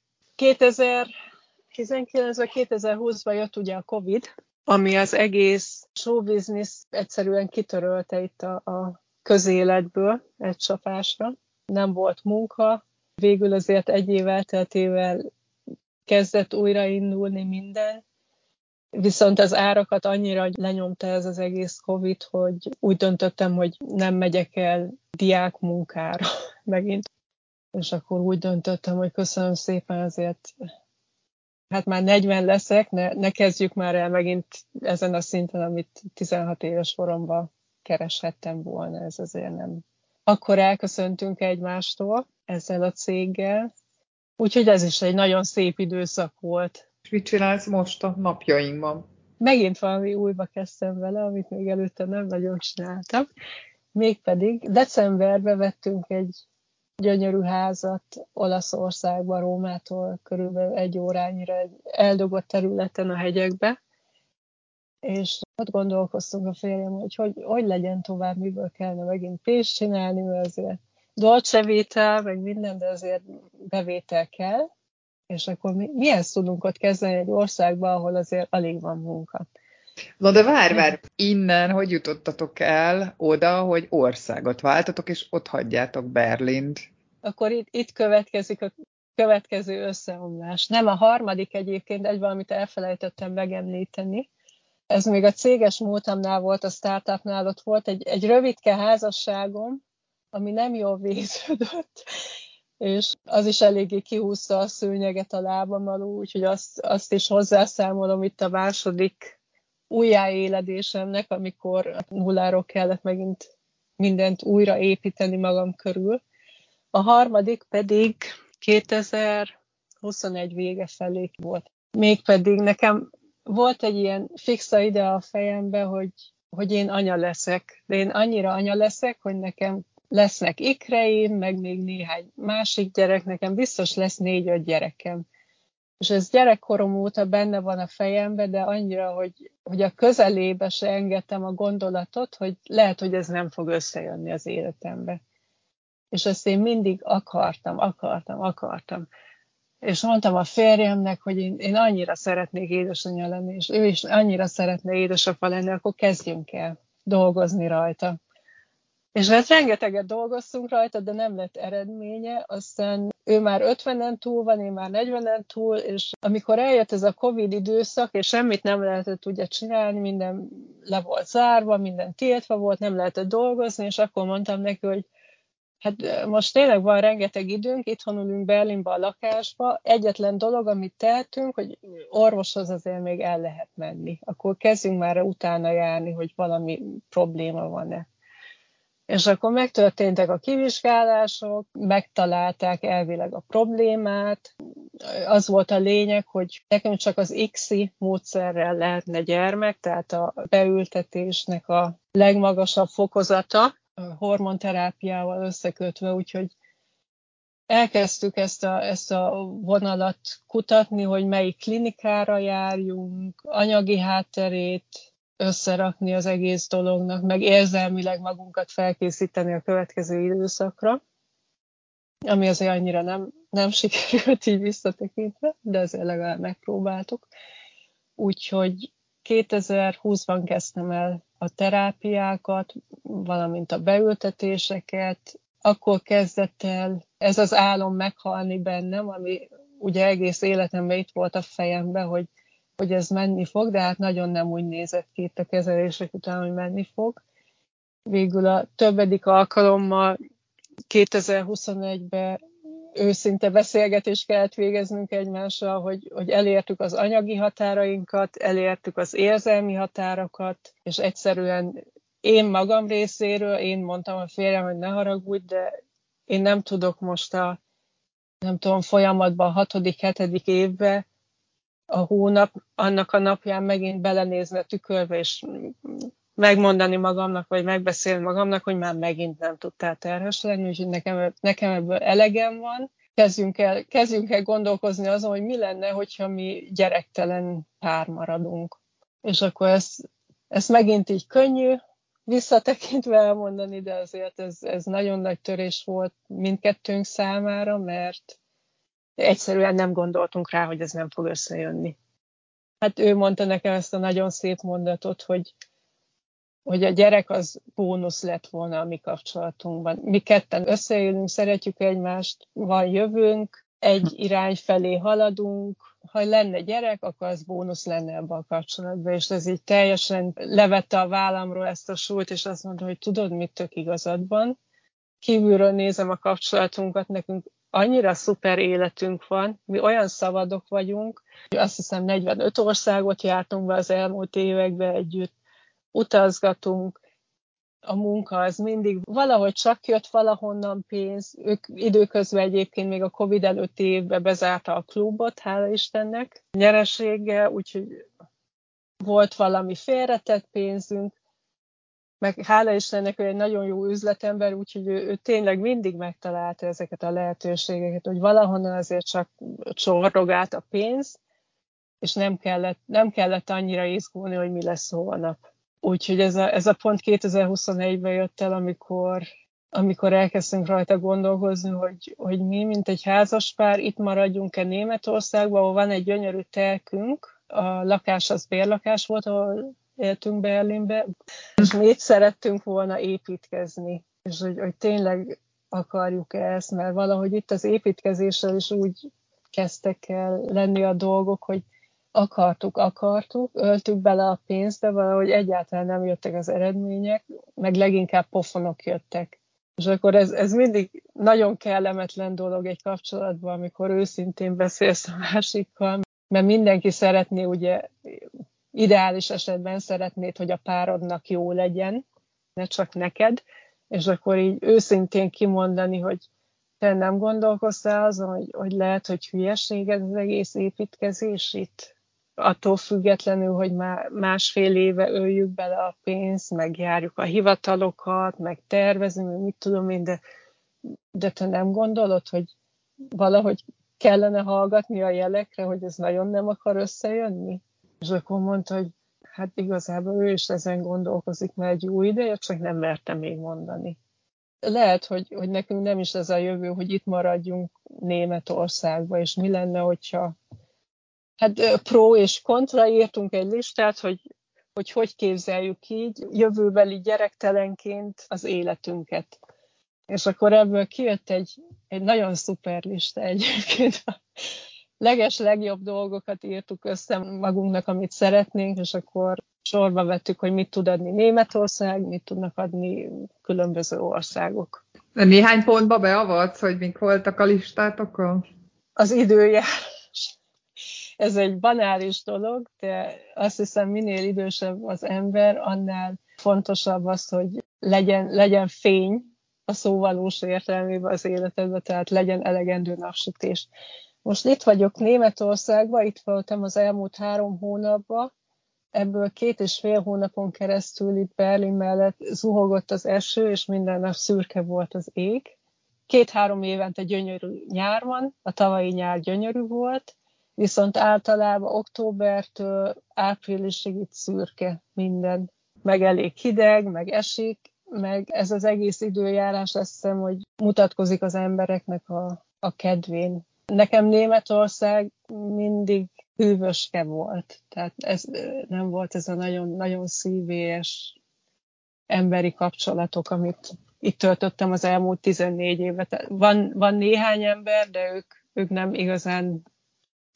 kétezer-tizenkilencben, kétezer-húszban jött ugye a Covid, ami az egész showbiznisz egyszerűen kitörölte itt a, a közéletből egy csapásra. Nem volt munka, végül azért egy év elteltével kezdett újraindulni minden, viszont az árakat annyira lenyomta ez az egész Covid, hogy úgy döntöttem, hogy nem megyek el diákmunkára megint. És akkor úgy döntöttem, hogy köszönöm szépen, azért hát már negyven leszek, ne, ne kezdjük már el megint ezen a szinten, amit tizenhat éves koromban kereshettem volna, ez azért nem. Akkor elköszöntünk egymástól ezzel a céggel, úgyhogy ez is egy nagyon szép időszak volt. És mit csinálsz most a napjainkban? Megint valami újba kezdtem vele, amit még előtte nem nagyon csináltam. Mégpedig decemberben vettünk egy gyönyörű házat Olaszországban, Rómától körülbelül egy órányira egy eldugott területen a hegyekbe, és ott gondolkoztunk a férjem, hogy, hogy hogy legyen tovább, miből kellene megint pénzt csinálni, mert azért dolce vita, meg minden, de azért bevétel kell, és akkor mi, milyen tudunk ott kezdeni egy országban, ahol azért alig van munka. Na de várj, várj, innen hogy jutottatok el oda, hogy országot váltatok, és ott hagyjátok Berlint? Akkor itt, itt következik a következő összeomlás. Nem a harmadik egyébként, egy valamit elfelejtettem megemlíteni. Ez még a céges múltamnál volt, a startupnál, ott volt egy, egy rövidke házasságom, ami nem jól végződött, és az is eléggé kihúzta a szőnyeget a lábam alól, úgyhogy azt, azt is hozzászámolom itt a második újjáéledésemnek, amikor nulláról kellett megint mindent újra építeni magam körül. A harmadik pedig kétezer-huszonegy vége felé volt. Mégpedig nekem volt egy ilyen fixa ide a fejembe, hogy, hogy én anya leszek. De én annyira anya leszek, hogy nekem lesznek ikreim, meg még néhány másik gyerek, nekem biztos lesz négy-öt gyerekem. És ez gyerekkorom óta benne van a fejemben, de annyira, hogy, hogy a közelébe se engedtem a gondolatot, hogy lehet, hogy ez nem fog összejönni az életembe. És ezt én mindig akartam, akartam, akartam. És mondtam a férjemnek, hogy én, én annyira szeretnék édesanyja lenni, és ő is annyira szeretne édesapa lenni, akkor kezdjünk el dolgozni rajta. És hát rengeteget dolgoztunk rajta, de nem lett eredménye, aztán ő már ötvenen túl van, én már negyvenen túl, és amikor eljött ez a Covid időszak, és semmit nem lehetett ugye csinálni, minden le volt zárva, minden tiltva volt, nem lehetett dolgozni, és akkor mondtam neki, hogy hát most tényleg van rengeteg időnk, itthon ülünk Berlinben a lakásba, egyetlen dolog, amit tehetünk, hogy orvoshoz azért még el lehet menni. Akkor kezdjünk már utána járni, hogy valami probléma van-e. És akkor megtörténtek a kivizsgálások, megtalálták elvileg a problémát. Az volt a lényeg, hogy nekem csak az I C S I módszerrel lehetne gyermek, tehát a beültetésnek a legmagasabb fokozata, hormonterápiával összekötve, úgyhogy elkezdtük ezt a, ezt a vonalat kutatni, hogy melyik klinikára járjunk, anyagi hátterét összerakni az egész dolognak, meg érzelmileg magunkat felkészíteni a következő időszakra, ami azért annyira nem, nem sikerült így visszatekintve, de azért legalább megpróbáltuk. Úgyhogy kétezer-húszban kezdtem el a terápiákat, valamint a beültetéseket. Akkor kezdett el ez az álom meghalni bennem, ami ugye egész életemben itt volt a fejemben, hogy, hogy ez menni fog, de hát nagyon nem úgy nézett ki itt a kezelések után, hogy menni fog. Végül a többedik alkalommal kétezer-huszonegyben őszinte beszélgetést kellett végeznünk egymással, hogy, hogy elértük az anyagi határainkat, elértük az érzelmi határokat, és egyszerűen én magam részéről, én mondtam a férjem, hogy ne haragudj, de én nem tudok most a, nem tudom, folyamatban a hatodik, hetedik évbe a hónap, annak a napján megint belenézni a tükörbe, és megmondani magamnak, vagy megbeszélni magamnak, hogy már megint nem tudtál terhes lenni, úgyhogy nekem, nekem ebből elegem van. Kezdjünk el, kezdjünk el gondolkozni azon, hogy mi lenne, hogyha mi gyerektelen pár maradunk. És akkor ezt, ezt megint így könnyű visszatekintve elmondani, de azért ez, ez nagyon nagy törés volt mindkettőnk számára, mert egyszerűen nem gondoltunk rá, hogy ez nem fog összejönni. Hát ő mondta nekem ezt a nagyon szép mondatot, hogy hogy a gyerek az bónusz lett volna a mi kapcsolatunkban. Mi ketten összeélünk, szeretjük egymást, van jövőnk, egy irány felé haladunk. Ha lenne gyerek, akkor az bónusz lenne ebben a kapcsolatban. És ez így teljesen levette a vállamról ezt a súlyt, és azt mondta, hogy tudod, mit, tök igazad van. Kívülről nézem a kapcsolatunkat, nekünk annyira szuper életünk van, mi olyan szabadok vagyunk, azt hiszem negyvenöt országot jártunk be az elmúlt években együtt, utazgatunk, a munka az mindig valahogy csak jött valahonnan pénz. Ők időközben egyébként még a Covid előtti évben bezárta a klubot, hála Istennek, nyereséggel, úgyhogy volt valami félretett pénzünk, meg hála Istennek, ő egy nagyon jó üzletember, úgyhogy ő, ő tényleg mindig megtalálta ezeket a lehetőségeket, hogy valahonnan azért csak csordogált a pénz, és nem kellett, nem kellett annyira izgulni, hogy mi lesz holnap. Úgyhogy ez a, ez a pont kétezer-huszonegyben jött el, amikor, amikor elkezdtünk rajta gondolkozni, hogy, hogy mi, mint egy házaspár, itt maradjunk-e Németországban, ahol van egy gyönyörű telkünk, a lakás az bérlakás volt, ahol éltünk Berlinbe, és mi itt szerettünk volna építkezni, és hogy, hogy tényleg akarjuk-e ezt, mert valahogy itt az építkezéssel is úgy kezdtek el lenni a dolgok, hogy akartuk, akartuk, öltük bele a pénzt, de valahogy egyáltalán nem jöttek az eredmények, meg leginkább pofonok jöttek. És akkor ez, ez mindig nagyon kellemetlen dolog egy kapcsolatban, amikor őszintén beszélsz a másikkal, mert mindenki szeretné, ugye ideális esetben szeretnéd, hogy a párodnak jó legyen, ne csak neked, és akkor így őszintén kimondani, hogy te nem gondolkoztál azon, hogy, hogy lehet, hogy hülyeség ez az egész építkezés itt? Attól függetlenül, hogy már másfél éve öljük bele a pénzt, meg járjuk a hivatalokat, meg tervezünk, meg mit tudom én, de, de te nem gondolod, hogy valahogy kellene hallgatni a jelekre, hogy ez nagyon nem akar összejönni? És akkor mondta, hogy hát igazából ő is ezen gondolkozik már egy jó ideje, csak nem mertem még mondani. Lehet, hogy, hogy nekünk nem is ez a jövő, hogy itt maradjunk Németországba, és mi lenne, hogyha hát pro és kontra írtunk egy listát, hogy, hogy hogy képzeljük így jövőbeli gyerektelenként az életünket. És akkor ebből kijött egy, egy nagyon szuper lista egyébként. Leges legjobb dolgokat írtuk össze magunknak, amit szeretnénk, és akkor sorba vettük, hogy mit tud adni Németország, mit tudnak adni különböző országok. Néhány pontba beavatsz, hogy mik voltak a listátokon? Az időjárás. Ez egy banális dolog, de azt hiszem, minél idősebb az ember, annál fontosabb az, hogy legyen, legyen fény a szó valós értelmében az életedben, tehát legyen elegendő napsütés. Most itt vagyok Németországban, itt voltam az elmúlt három hónapban, ebből két és fél hónapon keresztül itt Berlin mellett zuhogott az eső, és minden nap szürke volt az ég. Két-három évente gyönyörű nyár van, a tavalyi nyár gyönyörű volt, viszont általában októbertől áprilisig itt szürke minden. Meg elég hideg, meg esik, meg ez az egész időjárás, azt hiszem, hogy mutatkozik az embereknek a, a kedvén. Nekem Németország mindig hűvöske volt, tehát ez nem volt ez a nagyon, nagyon szívélyes emberi kapcsolatok, amit itt töltöttem az elmúlt tizennégy évet. Van, van néhány ember, de ők, ők nem igazán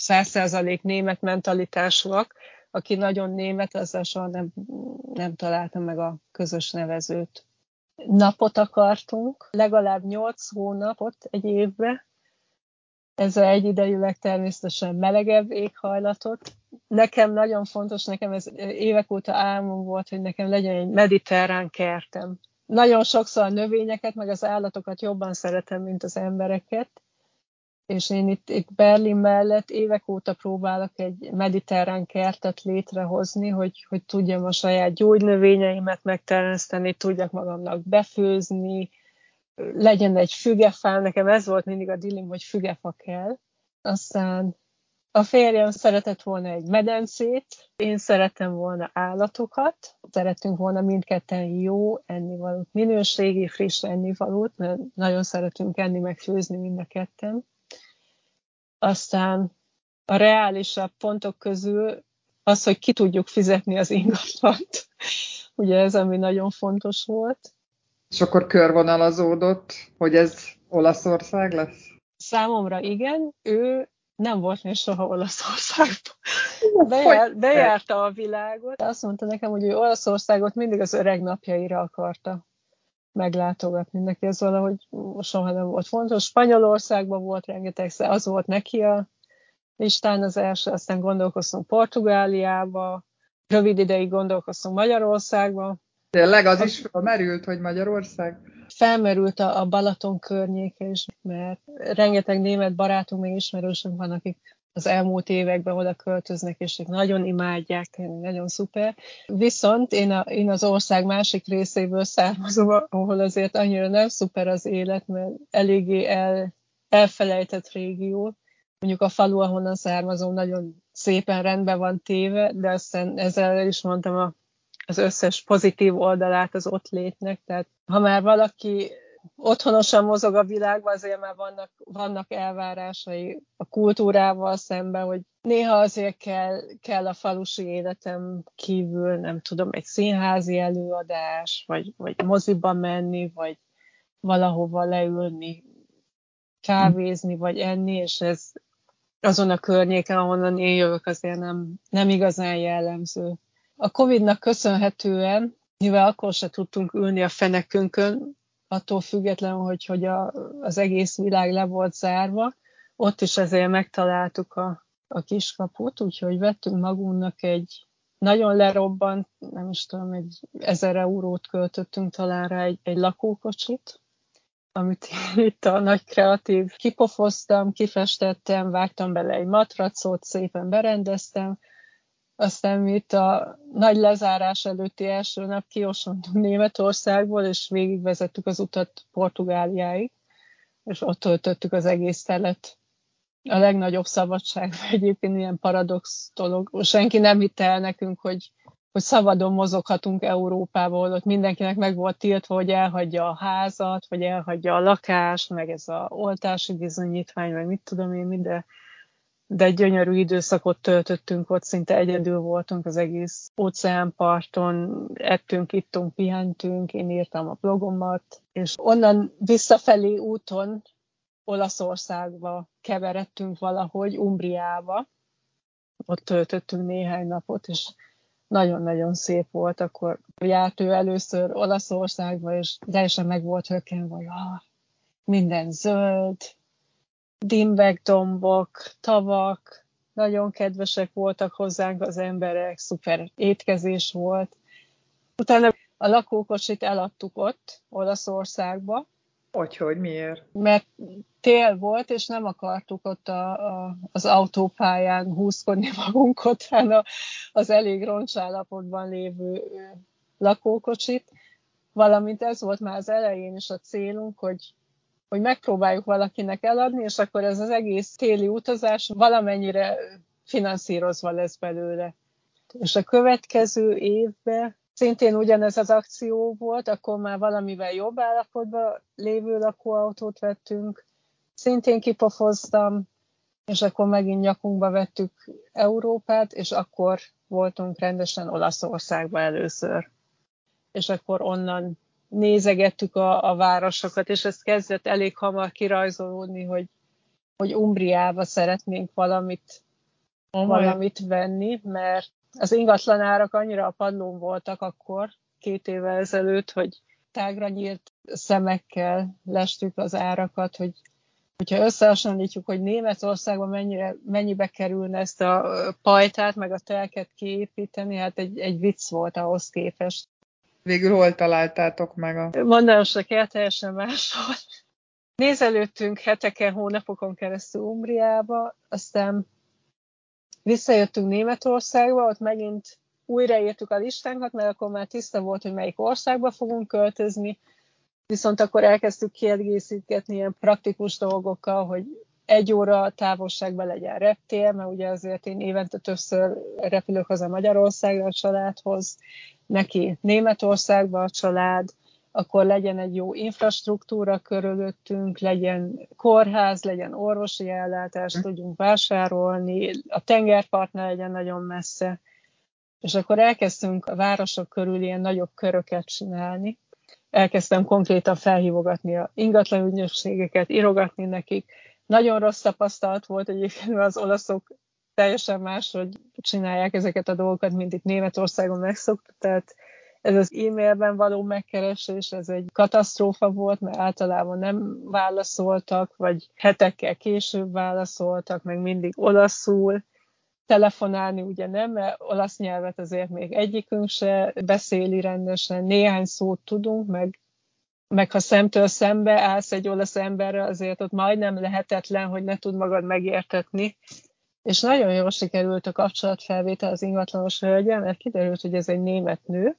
száz százalék német mentalitásúak, aki nagyon német, azzal soha nem, nem találtam meg a közös nevezőt. Napot akartunk, legalább nyolc hónapot egy évbe, ezzel egyidejűleg természetesen melegebb éghajlatot. Nekem nagyon fontos, nekem ez évek óta álmom volt, hogy nekem legyen egy mediterrán kertem. Nagyon sokszor a növényeket, meg az állatokat jobban szeretem, mint az embereket, és én itt, itt Berlin mellett évek óta próbálok egy mediterrán kertet létrehozni, hogy, hogy tudjam a saját gyógynövényeimet megtermeszteni, tudjak magamnak befőzni, legyen egy fügefám, nekem ez volt mindig a dilim, hogy fügefa kell. Aztán a férjem szeretett volna egy medencét, én szerettem volna állatokat, szerettünk volna mindketten jó ennivalót, minőségi, friss ennivalót, mert nagyon szeretünk enni, meg főzni mind a ketten. Aztán a reálisabb pontok közül az, hogy ki tudjuk fizetni az ingatlant. Ugye ez, ami nagyon fontos volt. És akkor körvonalazódott, hogy ez Olaszország lesz? Számomra igen, ő nem volt még soha Olaszországban. Bejár, bejárta a világot. Azt mondta nekem, hogy ő Olaszországot mindig az öreg napjaira akarta meglátogatni. Neki ez valahogy soha nem volt fontos. Spanyolországban volt rengetegszer, az volt neki a listán az első, aztán gondolkoztunk Portugáliába, rövid ideig gondolkoztunk Magyarországba. Tényleg az is felmerült, hogy Magyarország? Felmerült a, a Balaton környéke is, mert rengeteg német barátunk, még ismerősünk van, akik az elmúlt években oda költöznek, és nagyon imádják, nagyon szuper. Viszont én, a, én az ország másik részéből származom, ahol azért annyira nem szuper az élet, mert eléggé el, elfelejtett régió. Mondjuk a falu, ahonnan származom, nagyon szépen rendben van téve, de aztán ezzel is mondtam a az összes pozitív oldalát az ott létnek. Tehát ha már valaki otthonosan mozog a világban, azért már vannak, vannak elvárásai a kultúrával szemben, hogy néha azért kell, kell a falusi életem kívül, nem tudom, egy színházi előadás, vagy, vagy moziba menni, vagy valahova leülni, kávézni, vagy enni, és ez azon a környéken, ahonnan én jövök, azért nem, nem igazán jellemző. A Covidnak köszönhetően, mivel akkor se tudtunk ülni a fenekünkön, attól függetlenül, hogy, hogy a, az egész világ le volt zárva, ott is ezért megtaláltuk a, a kiskaput, úgyhogy vettünk magunknak egy nagyon lerobbant, nem is tudom, egy ezer eurót költöttünk talán rá egy, egy lakókocsit, amit én itt a nagy kreatív kipofoztam, kifestettem, vágtam bele egy matracot, szépen berendeztem. Aztán mi itt a nagy lezárás előtti első nap kiosontunk Németországból, és végigvezettük az utat Portugáliáig, és ott töltöttük az egész telet. A legnagyobb szabadság, egyébként ilyen paradox dolog. Senki nem hitte el nekünk, hogy, hogy szabadon mozoghatunk Európából, ott mindenkinek meg volt tiltva, hogy elhagyja a házat, vagy elhagyja a lakást, meg ez a oltási bizonyítvány, meg mit tudom én, minden. De egy gyönyörű időszakot töltöttünk ott, szinte egyedül voltunk az egész óceánparton, ettünk, ittunk, pihentünk, én írtam a blogomat, és onnan visszafelé úton Olaszországba keveredtünk valahogy, Umbriába, ott töltöttünk néhány napot, és nagyon-nagyon szép volt, akkor járt ő először Olaszországba, és teljesen meg volt hökkenve, hogy ah, minden zöld, dimbek, dombok, tavak, nagyon kedvesek voltak hozzánk az emberek, szuper étkezés volt. Utána a lakókocsit eladtuk ott, Olaszországba. Hogyhogy, miért? Mert tél volt, és nem akartuk ott a, a, az autópályán húzkodni magunkat, hanem az elég roncsállapotban lévő lakókocsit. Valamint ez volt már az elején is a célunk, hogy hogy megpróbáljuk valakinek eladni, és akkor ez az egész téli utazás valamennyire finanszírozva lesz belőle. És a következő évben szintén ugyanez az akció volt, akkor már valamivel jobb állapotban lévő lakóautót vettünk, szintén kipofoztam, és akkor megint nyakunkba vettük Európát, és akkor voltunk rendesen Olaszországba először. És akkor onnan nézegettük a, a városokat, és ez kezdett elég hamar kirajzolódni, hogy, hogy Umbriába szeretnénk valamit valamit venni, mert az ingatlanárak annyira a padlón voltak akkor, két évvel ezelőtt, hogy tágra nyílt szemekkel lestük az árakat, hogy hogyha összehasonlítjuk, hogy Németországban mennyire, mennyibe kerülne ezt a pajtát, meg a telket kiépíteni, hát egy, egy vicc volt ahhoz képest. Végül hol találtátok meg a... Mondanom se kell, teljesen máshol. Nézelődtünk heteken, hónapokon keresztül Umbriába, aztán visszajöttünk Németországba, ott megint újraírtuk a listánkat, mert akkor már tiszta volt, hogy melyik országba fogunk költözni, viszont akkor elkezdtük kiegészítgetni ilyen praktikus dolgokkal, hogy egy óra távolságban legyen reptér, mert ugye azért én évente többször repülök haza Magyarországra a családhoz, neki Németországba a család, akkor legyen egy jó infrastruktúra körülöttünk, legyen kórház, legyen orvosi ellátás, tudjunk vásárolni, a tengerpartnál legyen nagyon messze. És akkor elkezdtünk a városok körül ilyen nagyobb köröket csinálni. Elkezdtem konkrétan felhívogatni a ingatlan ügynökségeket, írogatni nekik. Nagyon rossz tapasztalat volt egyébként, az olaszok teljesen máshogy csinálják ezeket a dolgokat, mint itt Németországon megszoktuk. Tehát ez az e-mailben való megkeresés, ez egy katasztrófa volt, mert általában nem válaszoltak, vagy hetekkel később válaszoltak, meg mindig olaszul. Telefonálni ugye nem, mert olasz nyelvet azért még egyikünk se beszéli rendesen, néhány szót tudunk, meg, meg ha szemtől szembe állsz egy olasz emberrel, azért ott majdnem lehetetlen, hogy ne tud magad megértetni. És nagyon jól sikerült a kapcsolatfelvétel az ingatlanos hölgyel, mert kiderült, hogy ez egy német nő,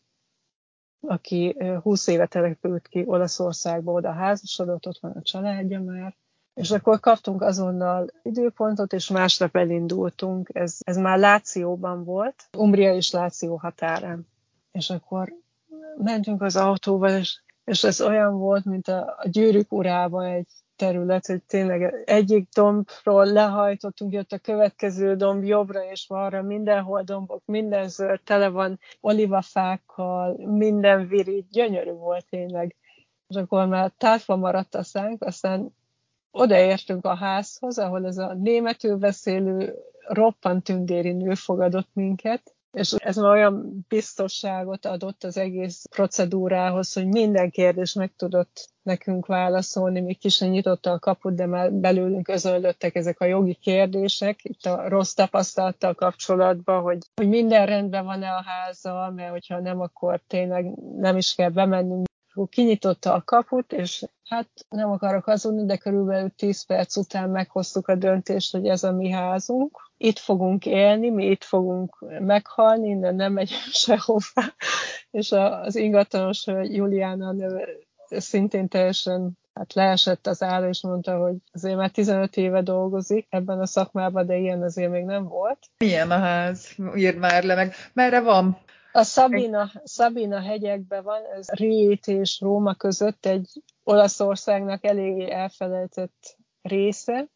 aki húsz éve települt ki Olaszországba, oda házasodott, ott van a családja már. És akkor kaptunk azonnal időpontot, és másnap elindultunk. Ez, ez már Lációban volt, Umbria és Láció határán. És akkor mentünk az autóval, és, és ez olyan volt, mint a, a Gyűrűk urában egy terület, hogy tényleg egyik dombról lehajtottunk, jött a következő domb jobbra és balra, mindenhol dombok, minden zöld, tele van olivafákkal, minden virígy, gyönyörű volt tényleg. És akkor már tátva maradt a szánk, aztán odaértünk a házhoz, ahol ez a németül beszélő roppant tündéri nő fogadott minket, és ez már olyan biztosságot adott az egész procedúrához, hogy minden kérdés meg tudott nekünk válaszolni, még ki sem nyitotta a kaput, de már belőlünk özönlöttek ezek a jogi kérdések, itt a rossz tapasztalattal kapcsolatban, hogy, hogy minden rendben van-e a házzal, mert hogyha nem, akkor tényleg nem is kell bemennünk. Kinyitotta a kaput, és hát nem akarok hazudni, de körülbelül tíz perc után meghoztuk a döntést, hogy ez a mi házunk. Itt fogunk élni, mi itt fogunk meghalni, innen nem megyünk sehová. És az ingatlanos Juliana szintén teljesen hát leesett az ára, és mondta, hogy azért már tizenöt éve dolgozik ebben a szakmában, de ilyen azért még nem volt. Milyen a ház? Írd már le meg. Merre van? A Sabina, Sabina hegyekben van, ez Rieti és Róma között egy Olaszországnak eléggé elfelejtett része.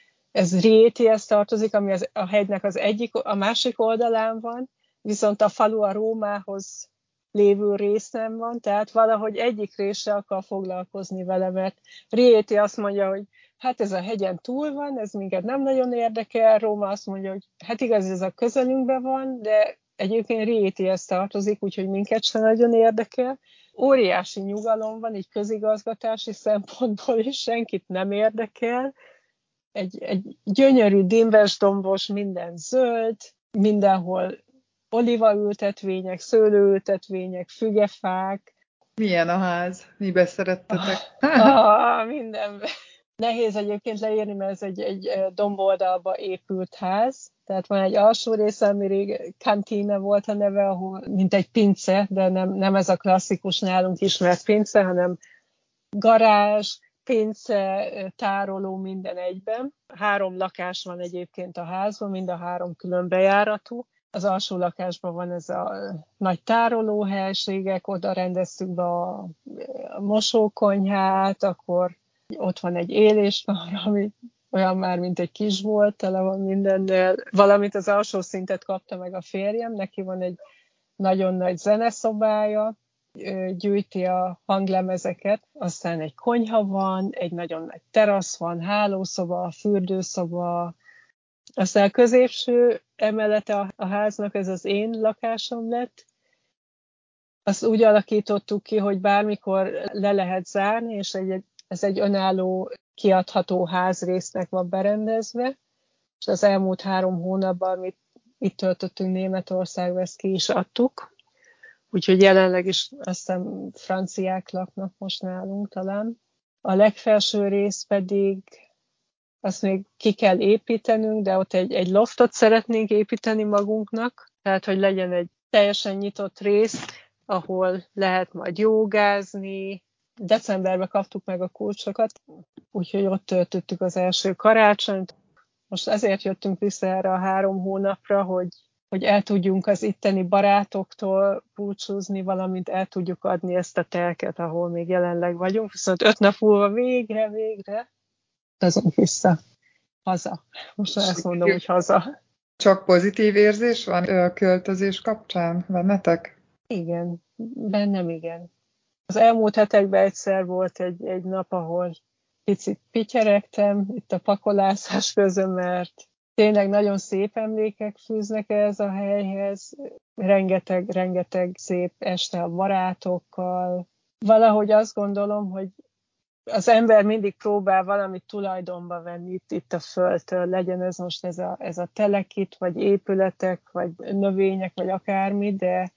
Ez Rietihez tartozik, ami az, a hegynek az egyik, a másik oldalán van, viszont a falu a Rómához lévő részen van, tehát valahogy egyik része akar foglalkozni vele, mert Rieti azt mondja, hogy hát ez a hegyen túl van, ez minket nem nagyon érdekel, Róma azt mondja, hogy hát igaz, ez a közelünkben van, de egyébként Rietihez tartozik, úgyhogy minket sem nagyon érdekel. Óriási nyugalom van, így közigazgatási szempontból is, senkit nem érdekel. Egy, egy gyönyörű, dimbes-dombos, minden zöld, mindenhol olivaültetvények, szőlőültetvények, fügefák. Milyen a ház? Mibe szerettetek? Ah, ah, mindenben. Nehéz egyébként leírni, mert ez egy, egy domboldalba épült ház. Tehát van egy alsó része, ami rég kantína volt a neve, ahol, mint egy pince, de nem, nem ez a klasszikus nálunk ismert pince, hanem garázs, pince, tároló minden egyben. Három lakás van egyébként a házban, mind a három külön bejáratú. Az alsó lakásban van ez a nagy tárolóhelységek, oda rendeztük be a mosókonyhát, akkor ott van egy élésvár, ami olyan már, mint egy kis volt, tele van mindennel. Valamint az alsó szintet kapta meg a férjem, neki van egy nagyon nagy zeneszobája, gyűjti a hanglemezeket, aztán egy konyha van, egy nagyon nagy terasz van, hálószoba, fürdőszoba, Aztán a középső emelete a háznak, ez az én lakásom lett. Azt úgy alakítottuk ki, hogy bármikor le lehet zárni, és egy, ez egy önálló, kiadható házrésznek van berendezve, és az elmúlt három hónapban, amit itt töltöttünk Németországban, ezt ki is adtuk. Úgyhogy jelenleg is azt hiszem franciák laknak most nálunk talán. A legfelső rész pedig azt még ki kell építenünk, de ott egy, egy loftot szeretnénk építeni magunknak, tehát hogy legyen egy teljesen nyitott rész, ahol lehet majd jogázni. Decemberben kaptuk meg a kulcsokat, úgyhogy ott töltöttük az első karácsonyt. Most ezért jöttünk vissza erre a három hónapra, hogy, hogy el tudjunk az itteni barátoktól búcsúzni, valamint el tudjuk adni ezt a telket, ahol még jelenleg vagyunk. Viszont öt nap múlva végre, végre utazunk vissza. Haza. Most már ezt mondom, hogy haza. Csak pozitív érzés van a költözés kapcsán bennetek? Igen, bennem igen. Az elmúlt hetekben egyszer volt egy, egy nap, ahol picit pityeregtem itt a pakolászás közön, mert tényleg nagyon szép emlékek fűznek ehhez a helyhez. Rengeteg, rengeteg szép este a barátokkal. Valahogy azt gondolom, hogy az ember mindig próbál valamit tulajdonba venni itt, itt a földtől, legyen ez most ez a, ez a telekit, vagy épületek, vagy növények, vagy akármi, de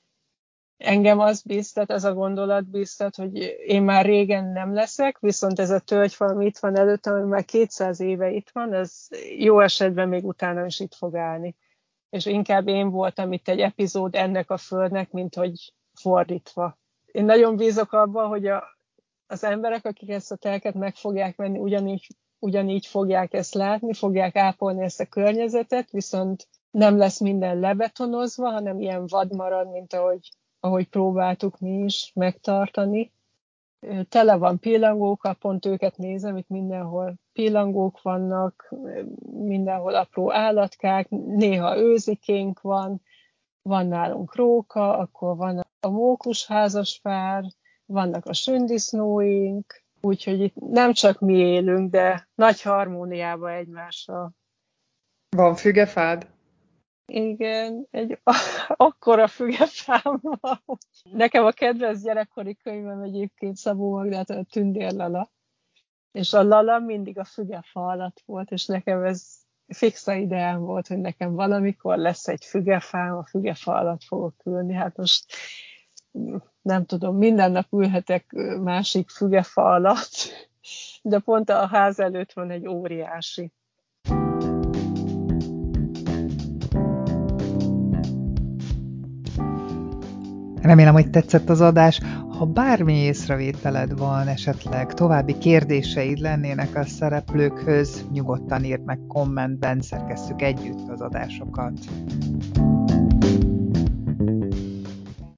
engem az biztat, ez a gondolat biztat, hogy én már régen nem leszek, viszont ez a tölgyfa, ami itt van előttem, ami már kétszáz éve itt van, ez jó esetben még utána is itt fog állni. És inkább én voltam itt egy epizód ennek a földnek, mint hogy fordítva. Én nagyon bízok abban, hogy a az emberek, akik ezt a telket meg fogják venni, ugyanígy, ugyanígy fogják ezt látni, fogják ápolni ezt a környezetet, viszont nem lesz minden lebetonozva, hanem ilyen vad marad, mint ahogy, ahogy próbáltuk mi is megtartani. Tele van pillangókkal, pont őket nézem, itt mindenhol pillangók vannak, mindenhol apró állatkák, néha őzikénk van, van nálunk róka, akkor van a mókusházaspár, vannak a sündisznóink, úgyhogy itt nem csak mi élünk, de nagy harmóniában egymással. Van fügefád? Igen, egy akkora fügefám van. Nekem a kedvenc gyerekkori könyvem egyébként Szabó Magdától a Tündér Lala, és a Lala mindig a fügefa alatt volt, és nekem ez fixa ideám volt, hogy nekem valamikor lesz egy fügefám, a fügefa alatt fogok ülni. Hát most nem tudom, minden nap ülhetek másik fügefa alatt, de pont a ház előtt van egy óriási. Remélem, hogy tetszett az adás. Ha bármi észrevételed van, esetleg további kérdéseid lennének a szereplőkhöz, nyugodtan írd meg kommentben, szerkesszük együtt az adásokat.